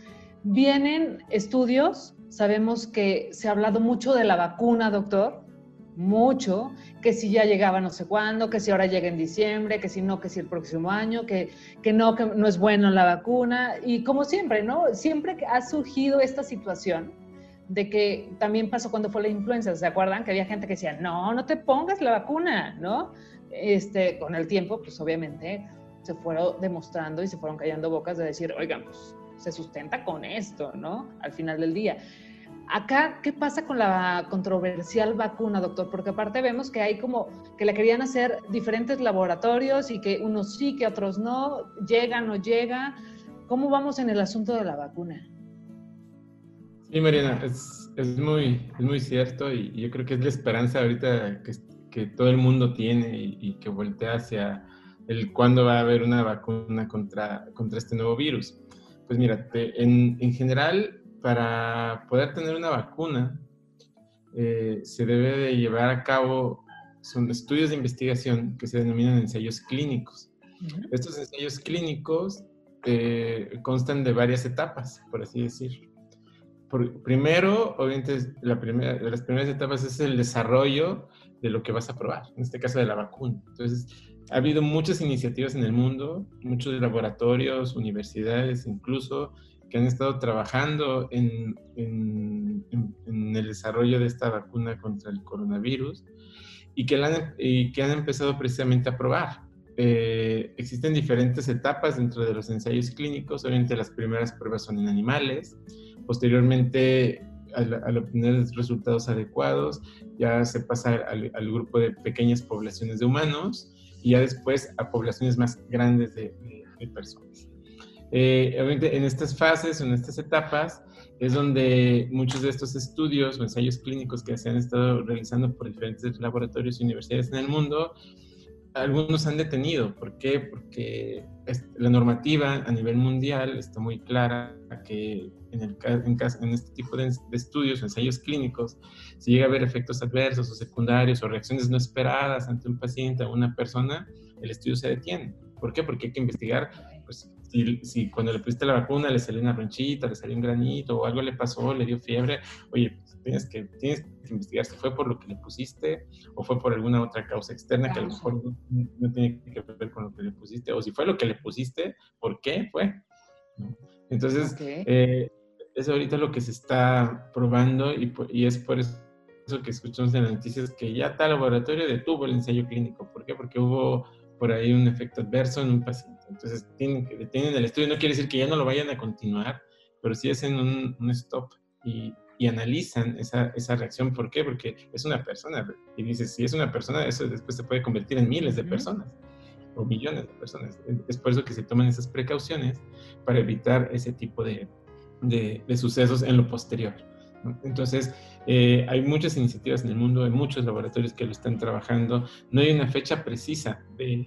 vienen estudios, sabemos que se ha hablado mucho de la vacuna, doctor, mucho, que si ya llegaba no sé cuándo, que si ahora llega en diciembre, que si no, que si el próximo año, que, que no, que no es bueno la vacuna, y como siempre, ¿no? Siempre que ha surgido esta situación de que también pasó cuando fue la influenza, ¿se acuerdan? Que había gente que decía, no, no te pongas la vacuna, ¿no? Este, con el tiempo, pues obviamente se fueron demostrando y se fueron callando bocas de decir, oigan, pues se sustenta con esto, ¿no? Al final del día. Acá, ¿qué pasa con la controversial vacuna, doctor? Porque aparte vemos que hay como que la querían hacer diferentes laboratorios y que unos sí, que otros no, llega, no llega. ¿Cómo vamos en el asunto de la vacuna?
Sí, Mariana, es, es, muy, es muy cierto y, y yo creo que es la esperanza ahorita que, que todo el mundo tiene y, y que voltea hacia el cuándo va a haber una vacuna contra, contra este nuevo virus. Pues mira, te, en, en general, para poder tener una vacuna, eh, se debe de llevar a cabo, son estudios de investigación que se denominan ensayos clínicos. Uh-huh. Estos ensayos clínicos eh, constan de varias etapas, por así decirlo. Por, primero, obviamente, la primera, de las primeras etapas es el desarrollo de lo que vas a probar, en este caso de la vacuna. Entonces, ha habido muchas iniciativas en el mundo, muchos laboratorios, universidades incluso, que han estado trabajando en, en, en, en el desarrollo de esta vacuna contra el coronavirus y que, la han, y que han empezado precisamente a probar. Eh, existen diferentes etapas dentro de los ensayos clínicos. Obviamente las primeras pruebas son en animales. Posteriormente, al, al obtener resultados adecuados, ya se pasa al, al grupo de pequeñas poblaciones de humanos y ya después a poblaciones más grandes de, de, de personas. Eh, obviamente en estas fases, en estas etapas, es donde muchos de estos estudios o ensayos clínicos que se han estado realizando por diferentes laboratorios y universidades en el mundo, algunos han detenido. ¿Por qué? Porque la normativa a nivel mundial está muy clara que en, el, en, en este tipo de, de estudios o ensayos clínicos, si llega a haber efectos adversos o secundarios o reacciones no esperadas ante un paciente o una persona, el estudio se detiene. ¿Por qué? Porque hay que investigar, pues, si, si cuando le pusiste la vacuna le salió una ronchita, le salió un granito o algo le pasó, le dio fiebre, oye, pues, tienes, que, tienes que investigar si fue por lo que le pusiste o fue por alguna otra causa externa que a lo mejor no, no tiene que ver con lo que le pusiste, o si fue lo que le pusiste, ¿por qué fue? ¿No? Entonces, okay. eh, es ahorita lo que se está probando y, y es por eso que escuchamos en las noticias que ya tal laboratorio detuvo el ensayo clínico. ¿Por qué? Porque hubo por ahí un efecto adverso en un paciente. Entonces, tienen que detienen el estudio. No quiere decir que ya no lo vayan a continuar, pero sí hacen un, un stop y, y analizan esa, esa reacción. ¿Por qué? Porque es una persona. Y dices, si es una persona, eso después se puede convertir en miles de personas o millones de personas. Es por eso que se toman esas precauciones para evitar ese tipo de, de, de sucesos en lo posterior, ¿no? Entonces, eh, hay muchas iniciativas en el mundo, hay muchos laboratorios que lo están trabajando. No hay una fecha precisa de,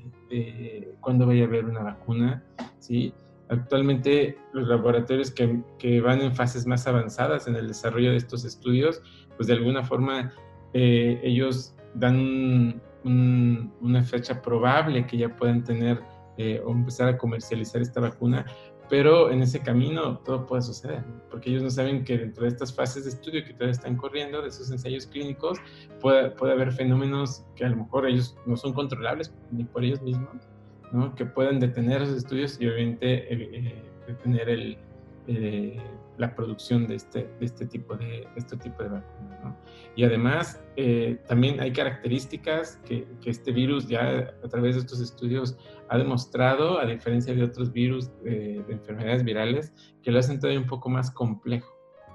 de cuándo vaya a haber una vacuna, ¿sí? Actualmente, los laboratorios que, que van en fases más avanzadas en el desarrollo de estos estudios, pues de alguna forma eh, ellos dan un, un, una fecha probable que ya puedan tener eh, o empezar a comercializar esta vacuna. Pero en ese camino todo puede suceder, porque ellos no saben que dentro de estas fases de estudio que todavía están corriendo, de esos ensayos clínicos, puede, puede haber fenómenos que a lo mejor ellos no son controlables ni por ellos mismos, ¿no? Que puedan detener esos estudios y obviamente eh, eh, detener el, eh, la producción de este, de este tipo de, este tipo de vacunas, ¿no? Y además, eh, también hay características que, que este virus ya a través de estos estudios ha demostrado, a diferencia de otros virus eh, de enfermedades virales, que lo hacen todavía un poco más complejo.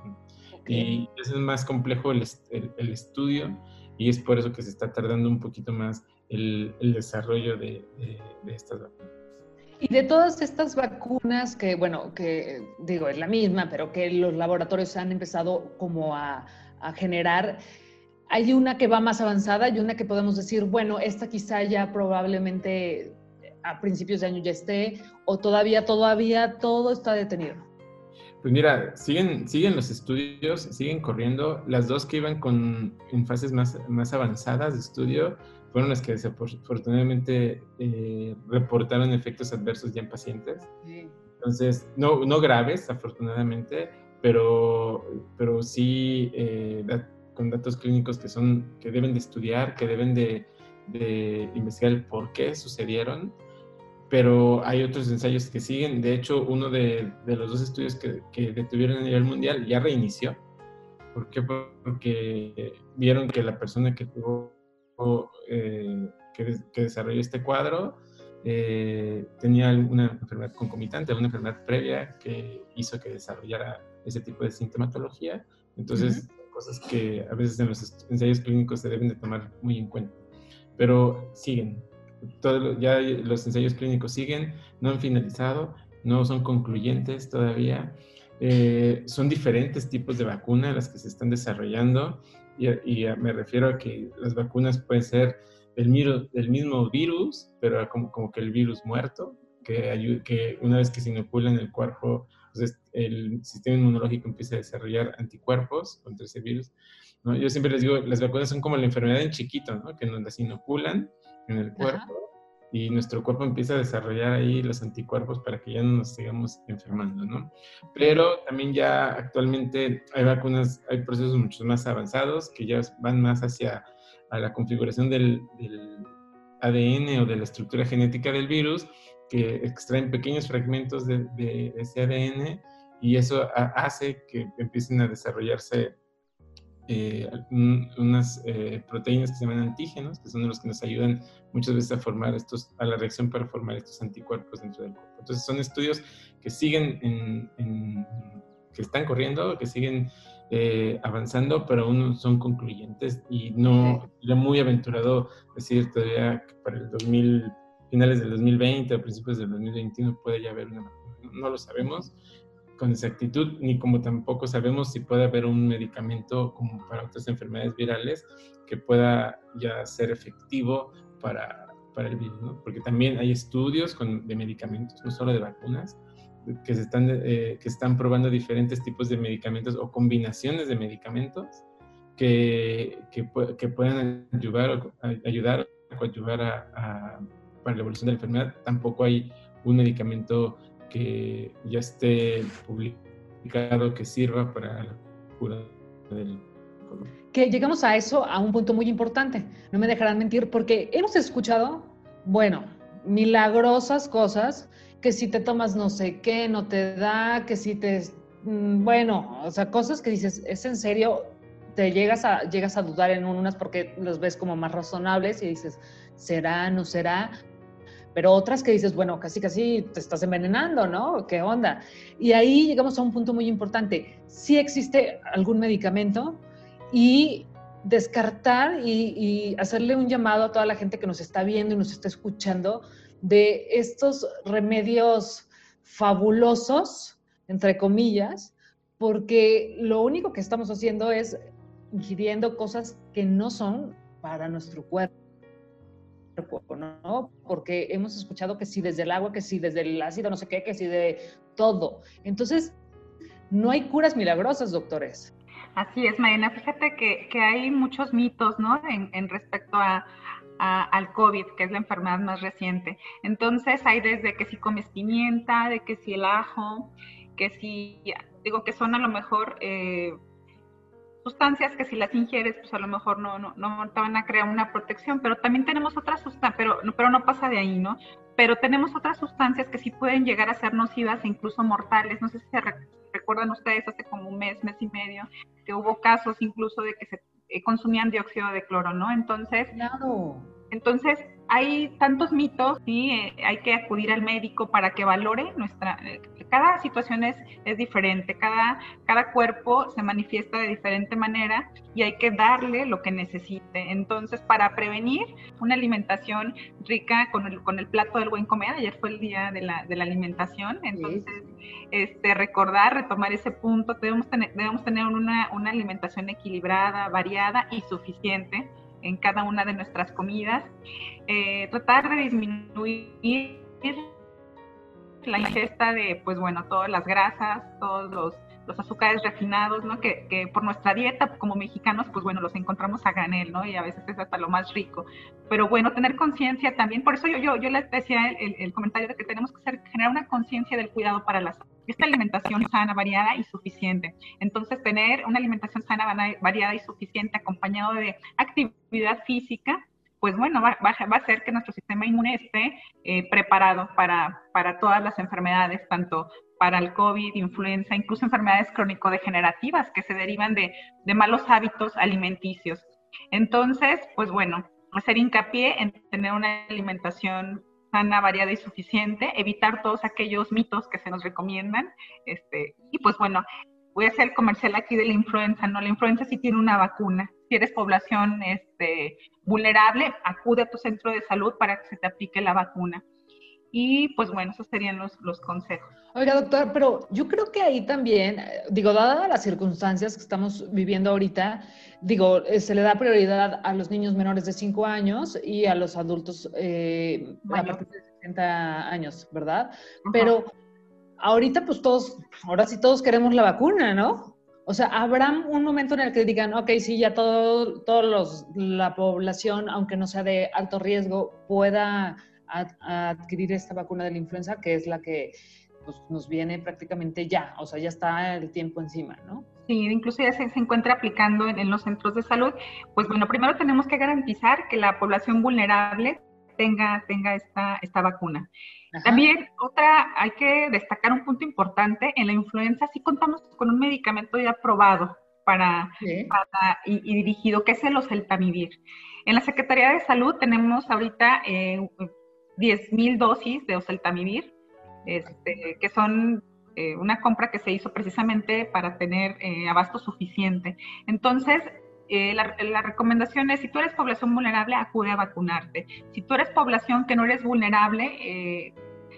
Okay. Y es más complejo el, el, el estudio y es por eso que se está tardando un poquito más el, el desarrollo de, de, de estas vacunas.
Y de todas estas vacunas que, bueno, que digo, es la misma, pero que los laboratorios han empezado como a, a generar, hay una que va más avanzada y una que podemos decir, bueno, esta quizá ya probablemente a principios de año ya esté, o todavía, todavía todo está detenido.
Pues mira, siguen, siguen los estudios, siguen corriendo. Las dos que iban con, en fases más, más avanzadas de estudio fueron las que desafortunadamente eh, reportaron efectos adversos ya en pacientes. Sí. Entonces, no, no graves, afortunadamente, pero, pero sí eh, da, con datos clínicos que, son, que deben de estudiar, que deben de, de investigar el por qué sucedieron. Pero hay otros ensayos que siguen. De hecho, uno de, de los dos estudios que, que detuvieron a nivel mundial ya reinició. ¿Por qué? Porque vieron que la persona que tuvo, eh, que, que desarrolló este cuadro eh, tenía una enfermedad concomitante, una enfermedad previa que hizo que desarrollara ese tipo de sintomatología. Entonces, uh-huh. cosas que a veces en los ensayos clínicos se deben de tomar muy en cuenta. Pero siguen. Todo, ya los ensayos clínicos siguen, no han finalizado, no son concluyentes todavía. Eh, son diferentes tipos de vacunas las que se están desarrollando y, y me refiero a que las vacunas pueden ser el, el mismo virus, pero como, como que el virus muerto, que, ayuda, que una vez que se inocula en el cuerpo Entonces, el sistema inmunológico empieza a desarrollar anticuerpos contra ese virus, ¿no? Yo siempre les digo, las vacunas son como la enfermedad en chiquito, ¿no? Que nos las inoculan en el cuerpo. Ajá. Y nuestro cuerpo empieza a desarrollar ahí los anticuerpos para que ya no nos sigamos enfermando, ¿no? Pero también ya actualmente hay vacunas, hay procesos mucho más avanzados que ya van más hacia a la configuración del, del A D N o de la estructura genética del virus, que extraen pequeños fragmentos de, de ese A D N y eso hace que empiecen a desarrollarse Eh, unas eh, proteínas que se llaman antígenos, que son los que nos ayudan muchas veces a formar estos, a la reacción para formar estos anticuerpos dentro del cuerpo. Entonces son estudios que siguen, en, en, que están corriendo, que siguen eh, avanzando, pero aún no son concluyentes y no, era muy aventurado decir todavía que para el dos mil, finales del dos mil veinte o principios del dos mil veintiuno puede ya haber una vacuna. No, no lo sabemos con exactitud, ni como tampoco sabemos si puede haber un medicamento como para otras enfermedades virales que pueda ya ser efectivo para, para el virus, ¿no? Porque también hay estudios con, de medicamentos, no solo de vacunas, que se están, eh, que están probando diferentes tipos de medicamentos o combinaciones de medicamentos que, que, que puedan ayudar, ayudar o ayudar a, a, para la evolución de la enfermedad. Tampoco hay un medicamento que ya esté publicado, que sirva para la cura del COVID.
Que llegamos a eso, a un punto muy importante, no me dejarán mentir, porque hemos escuchado, bueno, milagrosas cosas, que si te tomas no sé qué, no te da, que si te, bueno, o sea, cosas que dices, ¿es en serio? Te llegas a, llegas a dudar en unas porque los ves como más razonables y dices, ¿será, no será? Pero otras que dices, bueno, casi casi te estás envenenando, ¿no? ¿Qué onda? Y ahí llegamos a un punto muy importante. Sí existe algún medicamento y descartar y, y hacerle un llamado a toda la gente que nos está viendo y nos está escuchando de estos remedios fabulosos, entre comillas, porque lo único que estamos haciendo es ingiriendo cosas que no son para nuestro cuerpo, ¿no? Porque hemos escuchado que sí desde el agua, que sí desde el ácido, no sé qué, que sí de todo. Entonces, no hay curas milagrosas, doctores.
Así es, Mariana. Fíjate que, que hay muchos mitos, ¿no? En, en respecto a, a, al COVID, que es la enfermedad más reciente. Entonces, hay desde que si comes pimienta, de que si el ajo, que si, digo, que son a lo mejor eh, sustancias que si las ingieres, pues a lo mejor no, no, no te van a crear una protección, pero también tenemos otras sustancias, pero, pero no pasa de ahí, ¿no? Pero tenemos otras sustancias que sí pueden llegar a ser nocivas e incluso mortales. No sé si se re- recuerdan ustedes hace como un mes, mes y medio, que hubo casos incluso de que se eh, consumían dióxido de cloro, ¿no? Entonces,
claro.
Entonces, hay tantos mitos, sí, eh, hay que acudir al médico para que valore nuestra... Eh, cada situación es, es diferente, cada, cada cuerpo se manifiesta de diferente manera y hay que darle lo que necesite. Entonces, para prevenir una alimentación rica con el, con el plato del buen comer, ayer fue el día de la, de la alimentación, entonces, sí. este, recordar, retomar ese punto, debemos tener, debemos tener una, una alimentación equilibrada, variada y suficiente en cada una de nuestras comidas, eh, tratar de disminuir la ingesta de, pues bueno, todas las grasas, todos los, los azúcares refinados, ¿no? Que, que por nuestra dieta como mexicanos, pues bueno, los encontramos a granel, ¿no? Y a veces es hasta lo más rico. Pero bueno, tener conciencia también, por eso yo, yo, yo les decía el, el comentario de que tenemos que hacer, generar una conciencia del cuidado para la salud. Esta alimentación sana, variada y suficiente. Entonces, tener una alimentación sana, variada y suficiente acompañado de actividad física, pues bueno, va, va, va a hacer que nuestro sistema inmune esté eh, preparado para, para todas las enfermedades, tanto para el COVID, influenza, incluso enfermedades crónico-degenerativas que se derivan de, de malos hábitos alimenticios. Entonces, pues bueno, hacer hincapié en tener una alimentación sana, variada y suficiente, evitar todos aquellos mitos que se nos recomiendan, este, y pues bueno, voy a hacer el comercial aquí de la influenza, ¿no? La influenza sí tiene una vacuna. Si eres población este, vulnerable, acude a tu centro de salud para que se te aplique la vacuna. Y pues bueno, esos serían los, los consejos.
Oiga, doctor, pero yo creo que ahí también, digo, dadas las circunstancias que estamos viviendo ahorita, digo, se le da prioridad a los niños menores de cinco años y a los adultos eh, a partir de sesenta años, ¿verdad? Uh-huh. Pero ahorita pues todos, ahora sí todos queremos la vacuna, ¿no? O sea, ¿habrá un momento en el que digan, ok, sí, ya todo, todos los, la población, aunque no sea de alto riesgo, pueda a, a adquirir esta vacuna de la influenza, que es la que pues, nos viene prácticamente ya, o sea, ya está el tiempo encima, ¿no?
Sí, incluso ya se, se encuentra aplicando en, en los centros de salud. Pues bueno, primero tenemos que garantizar que la población vulnerable tenga, tenga esta, esta vacuna. Ajá. También otra, hay que destacar un punto importante, en la influenza sí contamos con un medicamento ya aprobado para, ¿sí? para y, y dirigido, que es el oseltamivir. En la Secretaría de Salud tenemos ahorita eh, diez mil dosis de oseltamivir, este, que son eh, una compra que se hizo precisamente para tener eh, abasto suficiente. Entonces, Eh, la, la recomendación es, si tú eres población vulnerable, acude a vacunarte. Si tú eres población que no eres vulnerable, eh,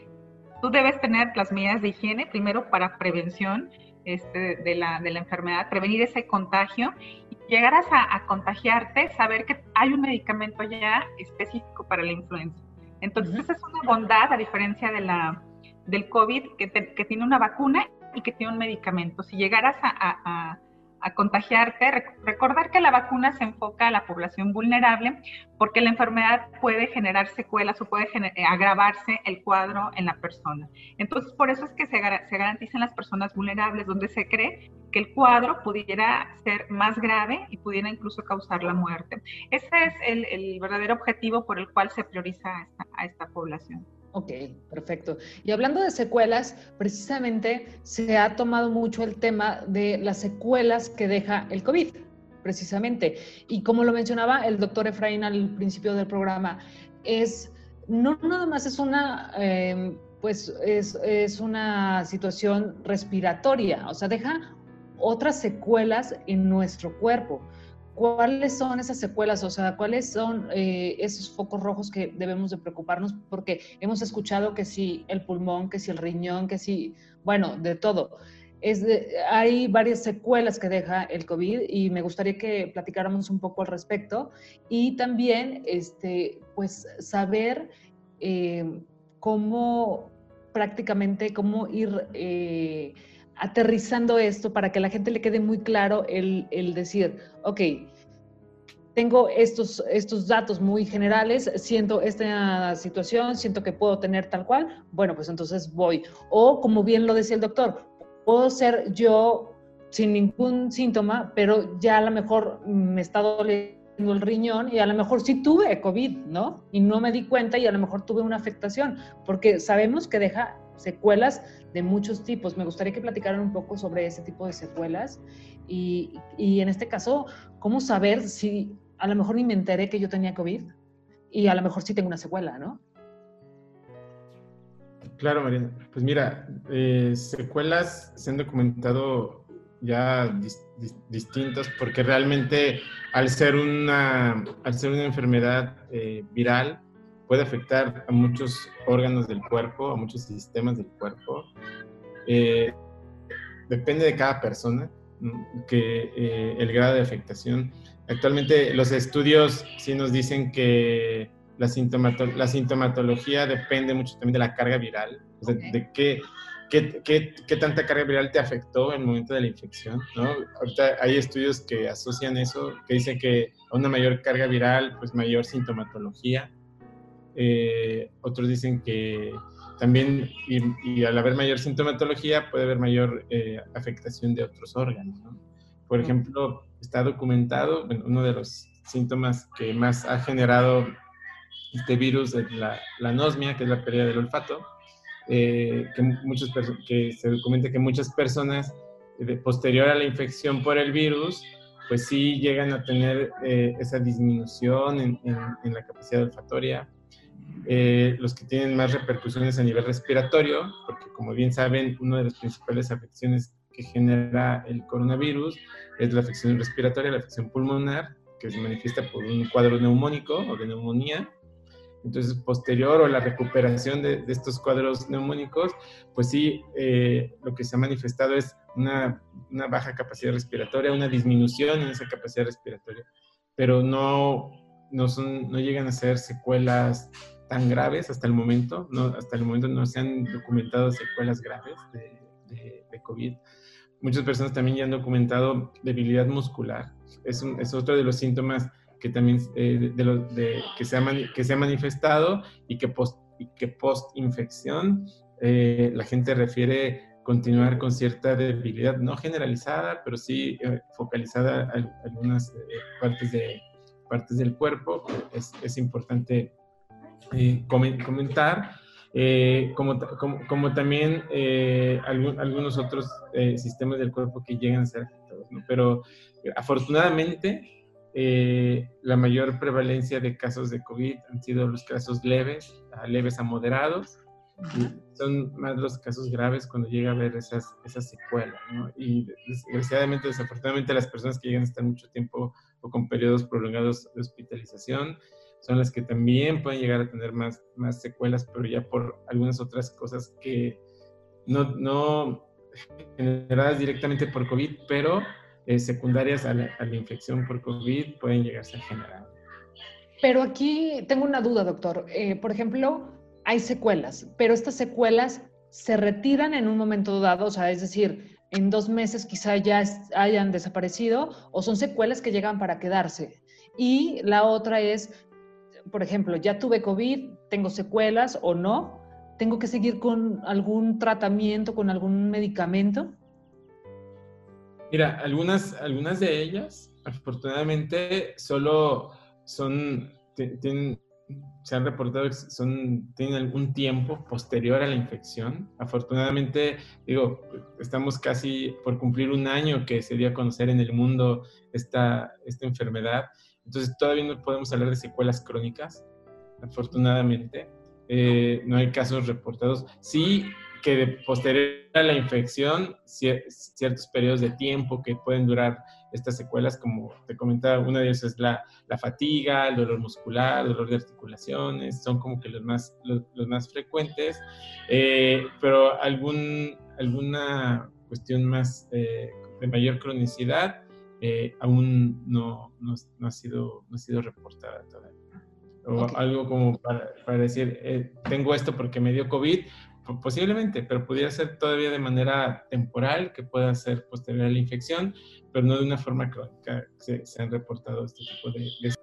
tú debes tener las medidas de higiene, primero para prevención este, de, la, de la enfermedad, prevenir ese contagio. Y llegaras a, a contagiarte, saber que hay un medicamento ya específico para la influenza. Entonces, uh-huh. esa es una bondad, a diferencia de la, del COVID, que, te, que tiene una vacuna y que tiene un medicamento. Si llegaras a... a, a a contagiarte, recordar que la vacuna se enfoca a la población vulnerable porque la enfermedad puede generar secuelas o puede gener- agravarse el cuadro en la persona. Entonces, por eso es que se, gar- se garantizan las personas vulnerables, donde se cree que el cuadro pudiera ser más grave y pudiera incluso causar la muerte. Ese es el, el verdadero objetivo por el cual se prioriza a esta, a esta población.
Ok, perfecto. Y hablando de secuelas, precisamente se ha tomado mucho el tema de las secuelas que deja el COVID, precisamente. Y como lo mencionaba el doctor Efraín al principio del programa, es, no nada más es una, eh, pues es, es una situación respiratoria, o sea, deja otras secuelas en nuestro cuerpo. ¿Cuáles son esas secuelas? O sea, ¿cuáles son eh, esos focos rojos que debemos de preocuparnos? Porque hemos escuchado que si el pulmón, que si el riñón, que si, bueno, de todo. Es de, hay varias secuelas que deja el COVID y me gustaría que platicáramos un poco al respecto. Y también, este, pues, saber eh, cómo prácticamente, cómo ir... Eh, aterrizando esto para que a la gente le quede muy claro el, el decir, ok, tengo estos, estos datos muy generales, siento esta situación, siento que puedo tener tal cual, bueno, pues entonces voy. O como bien lo decía el doctor, puedo ser yo sin ningún síntoma, pero ya a lo mejor me está doliendo el riñón y a lo mejor sí tuve COVID, ¿no? Y no me di cuenta y a lo mejor tuve una afectación, porque sabemos que deja secuelas de muchos tipos. Me gustaría que platicaran un poco sobre ese tipo de secuelas y, y en este caso, ¿cómo saber si a lo mejor ni me enteré que yo tenía COVID y a lo mejor sí tengo una secuela, ¿no?
Claro, Mariana. Pues mira, eh, secuelas se han documentado ya dis, dis, distintas porque realmente al ser una, al ser una enfermedad eh, viral, puede afectar a muchos órganos del cuerpo, a muchos sistemas del cuerpo. Eh, depende de cada persona, ¿no? que eh, el grado de afectación. Actualmente los estudios sí nos dicen que la, sintomato la sintomatología depende mucho también de la carga viral, o sea, okay. de qué, qué, qué, qué tanta carga viral te afectó en el momento de la infección, ¿no? Ahorita hay estudios que asocian eso, que dicen que a una mayor carga viral, pues mayor sintomatología. Eh, otros dicen que también, y, y al haber mayor sintomatología, puede haber mayor eh, afectación de otros órganos, ¿no? Por ejemplo, está documentado, bueno, uno de los síntomas que más ha generado este virus es la, la anosmia, que es la pérdida del olfato, eh, que, muchas que se documenta que muchas personas, eh, posterior a la infección por el virus, pues sí llegan a tener eh, esa disminución en, en, en la capacidad olfatoria. Eh, los que tienen más repercusiones a nivel respiratorio, porque como bien saben, una de las principales afecciones que genera el coronavirus es la afección respiratoria, la afección pulmonar, que se manifiesta por un cuadro neumónico o de neumonía. Entonces, posterior o la recuperación de, de estos cuadros neumónicos, pues sí, eh, lo que se ha manifestado es una, una baja capacidad respiratoria, una disminución en esa capacidad respiratoria, pero no, no, son, no llegan a ser secuelas tan graves hasta el momento, no, hasta el momento no se han documentado secuelas graves de, de, de COVID. Muchas personas también ya han documentado debilidad muscular, es, un, es otro de los síntomas que también eh, de, de los, de, que, se ha mani, que se ha manifestado y que post, y que post infección eh, la gente refiere continuar con cierta debilidad, no generalizada, pero sí eh, focalizada a algunas eh, partes, de, partes del cuerpo. Es, es importante eh, comentar, eh, como, como, como también eh, algún, algunos otros eh, sistemas del cuerpo que llegan a ser afectados, ¿no? Pero eh, afortunadamente eh, la mayor prevalencia de casos de COVID han sido los casos leves, a leves a moderados. Son más los casos graves cuando llega a haber esas, esas secuelas, ¿no? Y desgraciadamente, desafortunadamente, las personas que llegan a estar mucho tiempo o con periodos prolongados de hospitalización son las que también pueden llegar a tener más, más secuelas, pero ya por algunas otras cosas que no, no generadas directamente por COVID, pero eh, secundarias a la, a la infección por COVID pueden llegarse a generar.
Pero aquí tengo una duda, doctor. Eh, por ejemplo, hay secuelas, pero estas secuelas se retiran en un momento dado, o sea, es decir, en dos meses quizá ya hayan desaparecido, o son secuelas que llegan para quedarse. Y la otra es, por ejemplo, ya tuve COVID, tengo secuelas o no, ¿tengo que seguir con algún tratamiento, con algún medicamento?
Mira, algunas, algunas de ellas, afortunadamente, solo son, tienen, se han reportado que son, tienen algún tiempo posterior a la infección. Afortunadamente, digo, estamos casi por cumplir un año que se dio a conocer en el mundo esta, esta enfermedad. Entonces, todavía no podemos hablar de secuelas crónicas, afortunadamente. Eh, no hay casos reportados. Sí que de posterior a la infección, ciertos periodos de tiempo que pueden durar estas secuelas, como te comentaba, una de ellas es la, la fatiga, el dolor muscular, el dolor de articulaciones, son como que los más, los, los más frecuentes, eh, pero algún, alguna cuestión más eh, de mayor cronicidad eh, aún no, no, no, ha sido, no ha sido reportada todavía. O okay. Algo como para, para decir, eh, tengo esto porque me dio COVID, posiblemente, pero pudiera ser todavía de manera temporal, que pueda ser posterior a la infección, pero no de una forma crónica. Se, se han reportado este tipo de, de...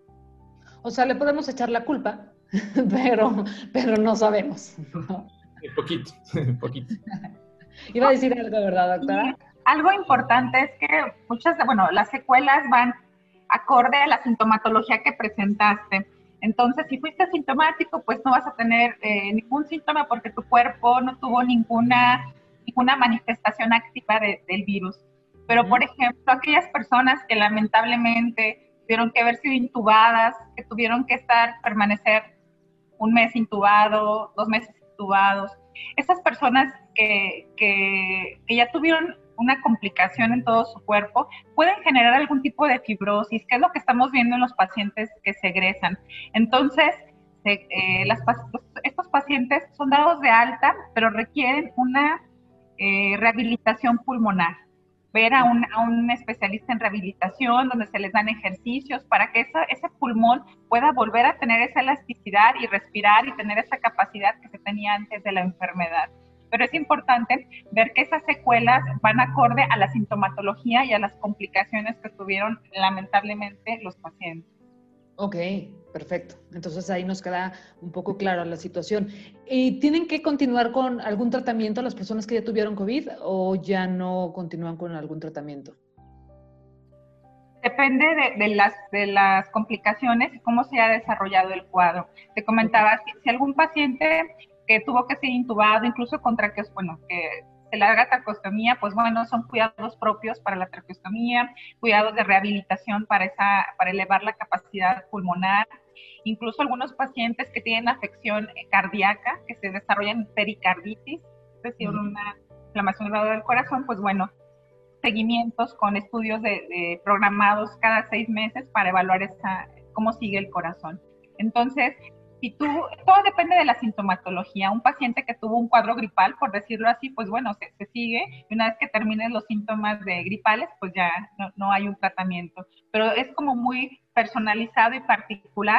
O sea, le podemos echar la culpa, pero, pero no sabemos, ¿no?
Un poquito, un poquito.
Iba a decir algo, ¿verdad, doctora?
Sí, algo importante es que muchas, bueno, las secuelas van acorde a la sintomatología que presentaste. Entonces, si fuiste asintomático, pues no vas a tener eh, ningún síntoma porque tu cuerpo no tuvo ninguna, ninguna manifestación activa de, del virus. Pero, uh-huh. por ejemplo, aquellas personas que lamentablemente tuvieron que haber sido intubadas, que tuvieron que estar, permanecer un mes intubado, dos meses intubados, esas personas que, que, que ya tuvieron una complicación en todo su cuerpo, pueden generar algún tipo de fibrosis, que es lo que estamos viendo en los pacientes que se egresan. Entonces, se, eh, las, estos pacientes son dados de alta, pero requieren una eh, rehabilitación pulmonar. Ver a un, a un especialista en rehabilitación, donde se les dan ejercicios para que esa, ese pulmón pueda volver a tener esa elasticidad y respirar y tener esa capacidad que se tenía antes de la enfermedad. Pero es importante ver que esas secuelas van acorde a la sintomatología y a las complicaciones que tuvieron lamentablemente los pacientes.
Ok, perfecto. Entonces ahí nos queda un poco claro la situación. ¿Y tienen que continuar con algún tratamiento las personas que ya tuvieron COVID o ya no continúan con algún tratamiento?
Depende de, de, las, de las complicaciones y cómo se ha desarrollado el cuadro. Te comentaba, si, si algún paciente que tuvo que ser intubado, incluso con traqueos, bueno, que se le haga traqueostomía, pues bueno, son cuidados propios para la traqueostomía, cuidados de rehabilitación para, esa, para elevar la capacidad pulmonar. Incluso algunos pacientes que tienen afección cardíaca, que se desarrollan pericarditis, es decir, mm. una inflamación grave del corazón, pues bueno, seguimientos con estudios de, de programados cada seis meses para evaluar esa, cómo sigue el corazón. Entonces, si tú, todo depende de la sintomatología. Un paciente que tuvo un cuadro gripal, por decirlo así, pues bueno, se, se sigue. Y una vez que terminen los síntomas de gripales, pues ya no, no hay un tratamiento. Pero es como muy personalizado y particular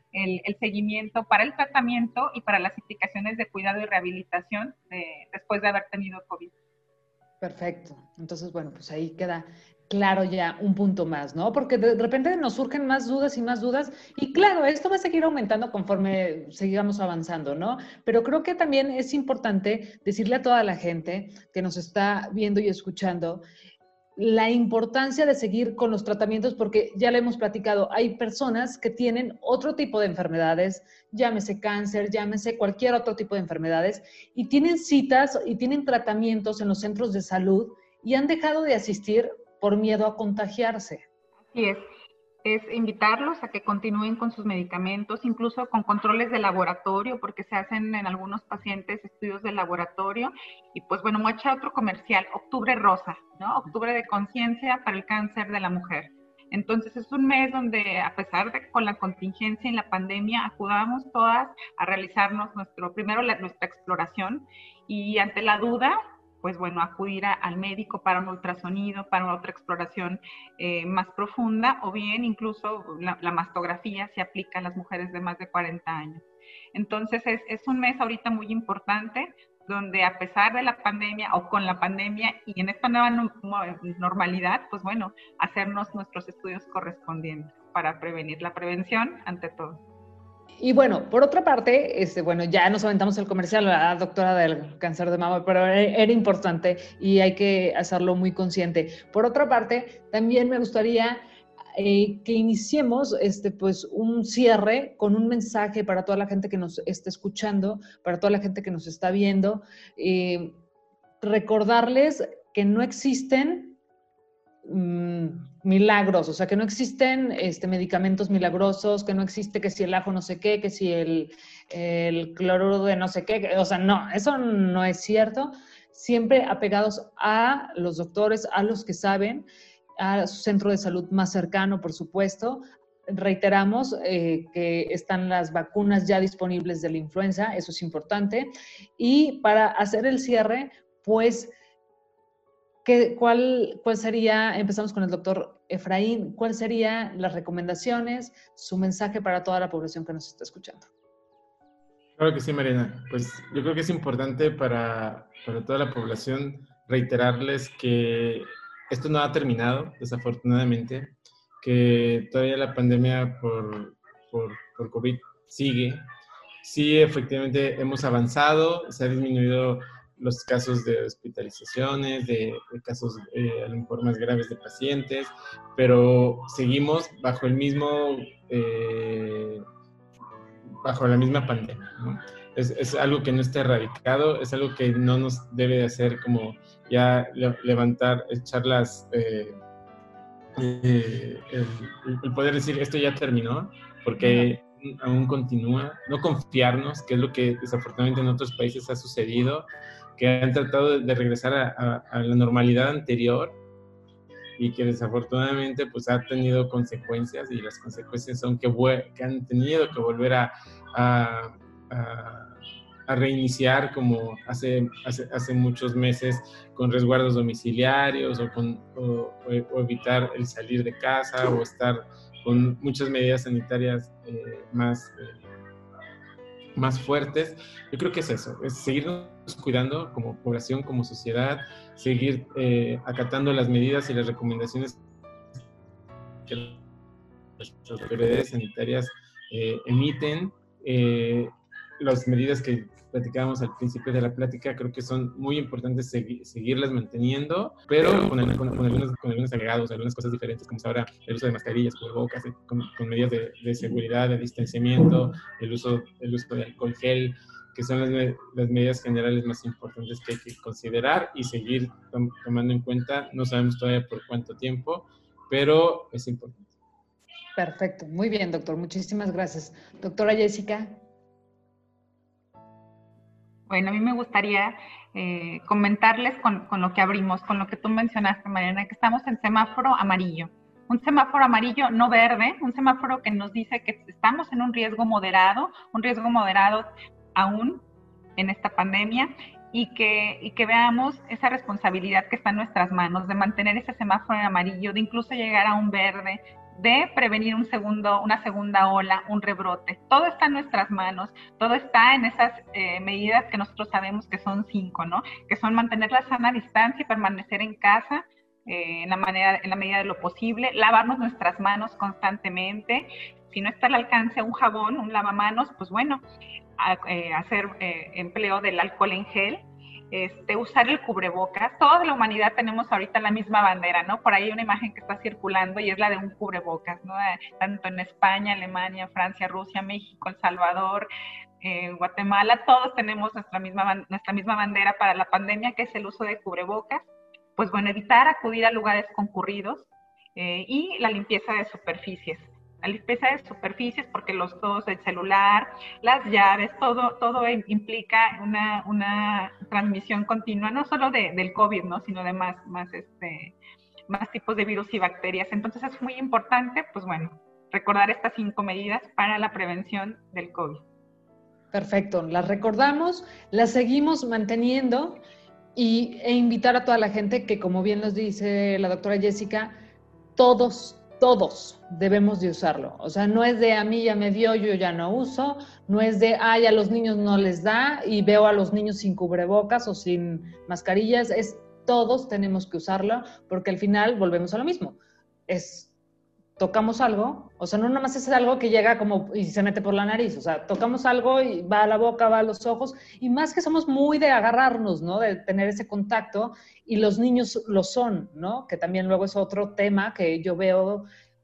el, el seguimiento para el tratamiento y para las indicaciones de cuidado y rehabilitación de, después de haber tenido COVID.
Perfecto. Entonces, bueno, pues ahí queda claro ya un punto más, ¿no? Porque de repente nos surgen más dudas y más dudas y claro, esto va a seguir aumentando conforme sigamos avanzando, ¿no? Pero creo que también es importante decirle a toda la gente que nos está viendo y escuchando la importancia de seguir con los tratamientos, porque ya le hemos platicado, hay personas que tienen otro tipo de enfermedades, llámese cáncer, llámese cualquier otro tipo de enfermedades, y tienen citas y tienen tratamientos en los centros de salud y han dejado de asistir por miedo a contagiarse.
Así es. Es invitarlos a que continúen con sus medicamentos, incluso con controles de laboratorio, porque se hacen en algunos pacientes estudios de laboratorio. Y pues bueno, voy a echar otro comercial, Octubre Rosa, ¿no? Octubre de conciencia para el cáncer de la mujer. Entonces es un mes donde, a pesar de con la contingencia y la pandemia, acudamos todas a realizarnos nuestro, primero la, nuestra exploración y ante la duda, pues bueno, acudir a, al médico para un ultrasonido, para otra exploración eh, más profunda, o bien incluso la, la mastografía se aplica a las mujeres de más de cuarenta años. Entonces es, es un mes ahorita muy importante, donde a pesar de la pandemia o con la pandemia y en esta nueva no, normalidad, pues bueno, hacernos nuestros estudios correspondientes para prevenir la prevención ante todo.
Y bueno, por otra parte, este, bueno, ya nos aventamos el comercial a la doctora del cáncer de mama, pero era importante y hay que hacerlo muy consciente. Por otra parte, también me gustaría eh, que iniciemos este, pues, un cierre con un mensaje para toda la gente que nos está escuchando, para toda la gente que nos está viendo. Eh, recordarles que no existen milagros, o sea, que no existen este, medicamentos milagrosos, que no existe que si el ajo no sé qué, que si el, el cloruro de no sé qué, o sea, no, eso no es cierto. Siempre apegados a los doctores, a los que saben, a su centro de salud más cercano, por supuesto. Reiteramos eh, que están las vacunas ya disponibles de la influenza, eso es importante. Y para hacer el cierre, pues, ¿Qué, cuál, ¿Cuál sería, empezamos con el doctor Efraín, cuál serían las recomendaciones, su mensaje para toda la población que nos está escuchando?
Claro que sí, Mariana. Pues yo creo que es importante para, para toda la población reiterarles que esto no ha terminado, desafortunadamente, que todavía la pandemia por, por, por COVID sigue. Sí, efectivamente hemos avanzado, se ha disminuido los casos de hospitalizaciones, de, de casos eh, a lo mejor más graves de pacientes, pero seguimos bajo el mismo, eh, bajo la misma pandemia, ¿no? Es, es algo que no está erradicado, es algo que no nos debe de hacer como ya levantar, echar las, eh, eh, el, el poder decir esto ya terminó, porque aún continúa, no confiarnos, que es lo que desafortunadamente en otros países ha sucedido, que han tratado de regresar a, a, a la normalidad anterior y que desafortunadamente pues ha tenido consecuencias, y las consecuencias son que, que han tenido que volver a, a, a, a reiniciar como hace, hace, hace muchos meses, con resguardos domiciliarios o, con, o, o evitar el salir de casa o estar con muchas medidas sanitarias eh, más, eh, más fuertes. Yo creo que es eso, es seguirnos cuidando como población, como sociedad, seguir eh, acatando las medidas y las recomendaciones que las autoridades sanitarias eh, emiten. Eh, las medidas que platicábamos al principio de la plática creo que son muy importantes segui seguirlas manteniendo, pero con, el, con, con, algunos, con algunos agregados, algunas cosas diferentes, como ahora el uso de mascarillas, cubrebocas, con, con medidas de, de seguridad, de distanciamiento, el uso, el uso de alcohol gel, que son las, las medidas generales más importantes que hay que considerar y seguir tom tomando en cuenta. No sabemos todavía por cuánto tiempo, pero es importante.
Perfecto, muy bien, doctor, muchísimas gracias. Doctora Jessica.
Bueno, a mí me gustaría eh, comentarles con, con lo que abrimos, con lo que tú mencionaste, Mariana, que estamos en semáforo amarillo. Un semáforo amarillo, no verde, un semáforo que nos dice que estamos en un riesgo moderado, un riesgo moderado aún en esta pandemia, y que, y que veamos esa responsabilidad que está en nuestras manos de mantener ese semáforo en amarillo, de incluso llegar a un verde, de prevenir un segundo, una segunda ola, un rebrote. Todo está en nuestras manos, todo está en esas eh, medidas que nosotros sabemos que son cinco, ¿no? Que son mantener la sana distancia y permanecer en casa eh, en, la manera, en la medida de lo posible, lavarnos nuestras manos constantemente. Si no está al alcance un jabón, un lavamanos, pues bueno, a, eh, hacer eh, empleo del alcohol en gel. Este, usar el cubrebocas. Toda la humanidad tenemos ahorita la misma bandera, ¿no? Por ahí hay una imagen que está circulando y es la de un cubrebocas, ¿no? Tanto en España, Alemania, Francia, Rusia, México, El Salvador, eh, Guatemala, todos tenemos nuestra misma, nuestra misma bandera para la pandemia, que es el uso de cubrebocas. Pues bueno, evitar acudir a lugares concurridos eh, y la limpieza de superficies. La limpieza de superficies, porque los dos, el celular, las llaves, todo, todo implica una, una transmisión continua, no solo de, del COVID, ¿no? Sino de más, más, este, más tipos de virus y bacterias. Entonces es muy importante, pues bueno, recordar estas cinco medidas para la prevención del COVID.
Perfecto, las recordamos, las seguimos manteniendo y, e invitar a toda la gente que, como bien nos dice la doctora Jessica, todos Todos debemos de usarlo. O sea, no es de a mí ya me dio, yo ya no uso. No es de, ay, a los niños no les da y veo a los niños sin cubrebocas o sin mascarillas. Es todos tenemos que usarlo porque al final volvemos a lo mismo. Es, tocamos algo, o sea, no nada más es algo que llega como y se mete por la nariz. O sea, tocamos algo y va a la boca, va a los ojos. Y más que somos muy de agarrarnos, ¿no? De tener ese contacto. Y los niños lo son, ¿no? Que también luego es otro tema que yo veo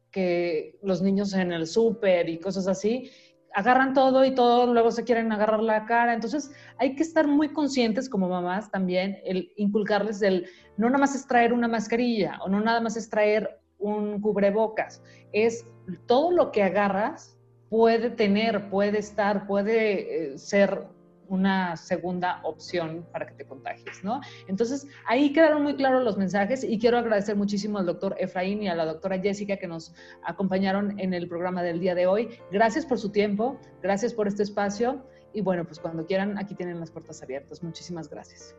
que los niños en el súper y cosas así, agarran todo y todo, luego se quieren agarrar la cara. Entonces hay que estar muy conscientes como mamás también, el inculcarles el, no nada más es traer una mascarilla o no nada más es traer un cubrebocas, es todo lo que agarras puede tener, puede estar, puede eh, ser una segunda opción para que te contagies, ¿no? Entonces, ahí quedaron muy claros los mensajes y quiero agradecer muchísimo al doctor Efraín y a la doctora Jessica que nos acompañaron en el programa del día de hoy. Gracias por su tiempo, gracias por este espacio y bueno, pues cuando quieran, aquí tienen las puertas abiertas. Muchísimas gracias.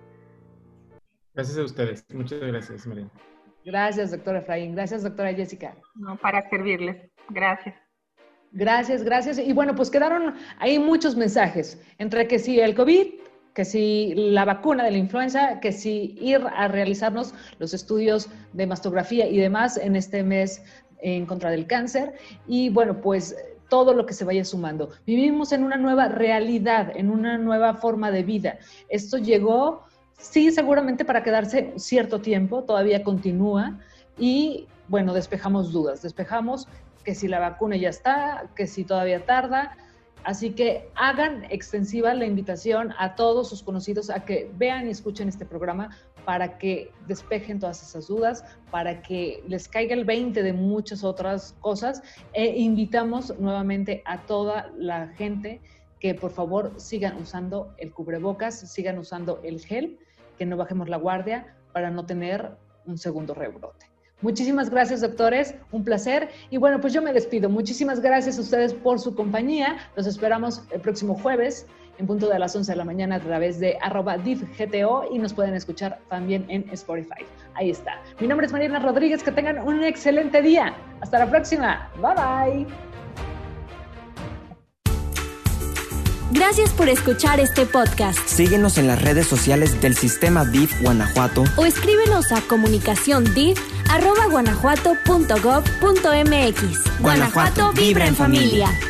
Gracias a ustedes. Muchas gracias, María.
Gracias, doctor Efraín. Gracias, doctora Jessica.
No, para servirles. Gracias.
Gracias, gracias. Y bueno, pues quedaron ahí muchos mensajes, entre que si el COVID, que si la vacuna de la influenza, que si ir a realizarnos los estudios de mastografía y demás en este mes en contra del cáncer. Y bueno, pues todo lo que se vaya sumando. Vivimos en una nueva realidad, en una nueva forma de vida. Esto llegó, sí, seguramente para quedarse cierto tiempo, todavía continúa y bueno, despejamos dudas, despejamos que si la vacuna ya está, que si todavía tarda. Así que hagan extensiva la invitación a todos sus conocidos a que vean y escuchen este programa para que despejen todas esas dudas, para que les caiga el veinte de muchas otras cosas. E invitamos nuevamente a toda la gente que por favor sigan usando el cubrebocas, sigan usando el gel, que no bajemos la guardia para no tener un segundo rebrote. Muchísimas gracias, doctores, un placer. Y bueno, pues yo me despido. Muchísimas gracias a ustedes por su compañía. Los esperamos el próximo jueves en punto de las once de la mañana a través de arroba difgto y nos pueden escuchar también en Spotify. Ahí está. Mi nombre es Mariana Rodríguez. Que tengan un excelente día. Hasta la próxima. Bye, bye.
Gracias por escuchar este podcast.
Síguenos en las redes sociales del Sistema D I F Guanajuato
o escríbenos a comunicaciondif arroba guanajuato punto gov punto mx. Guanajuato vibra en familia.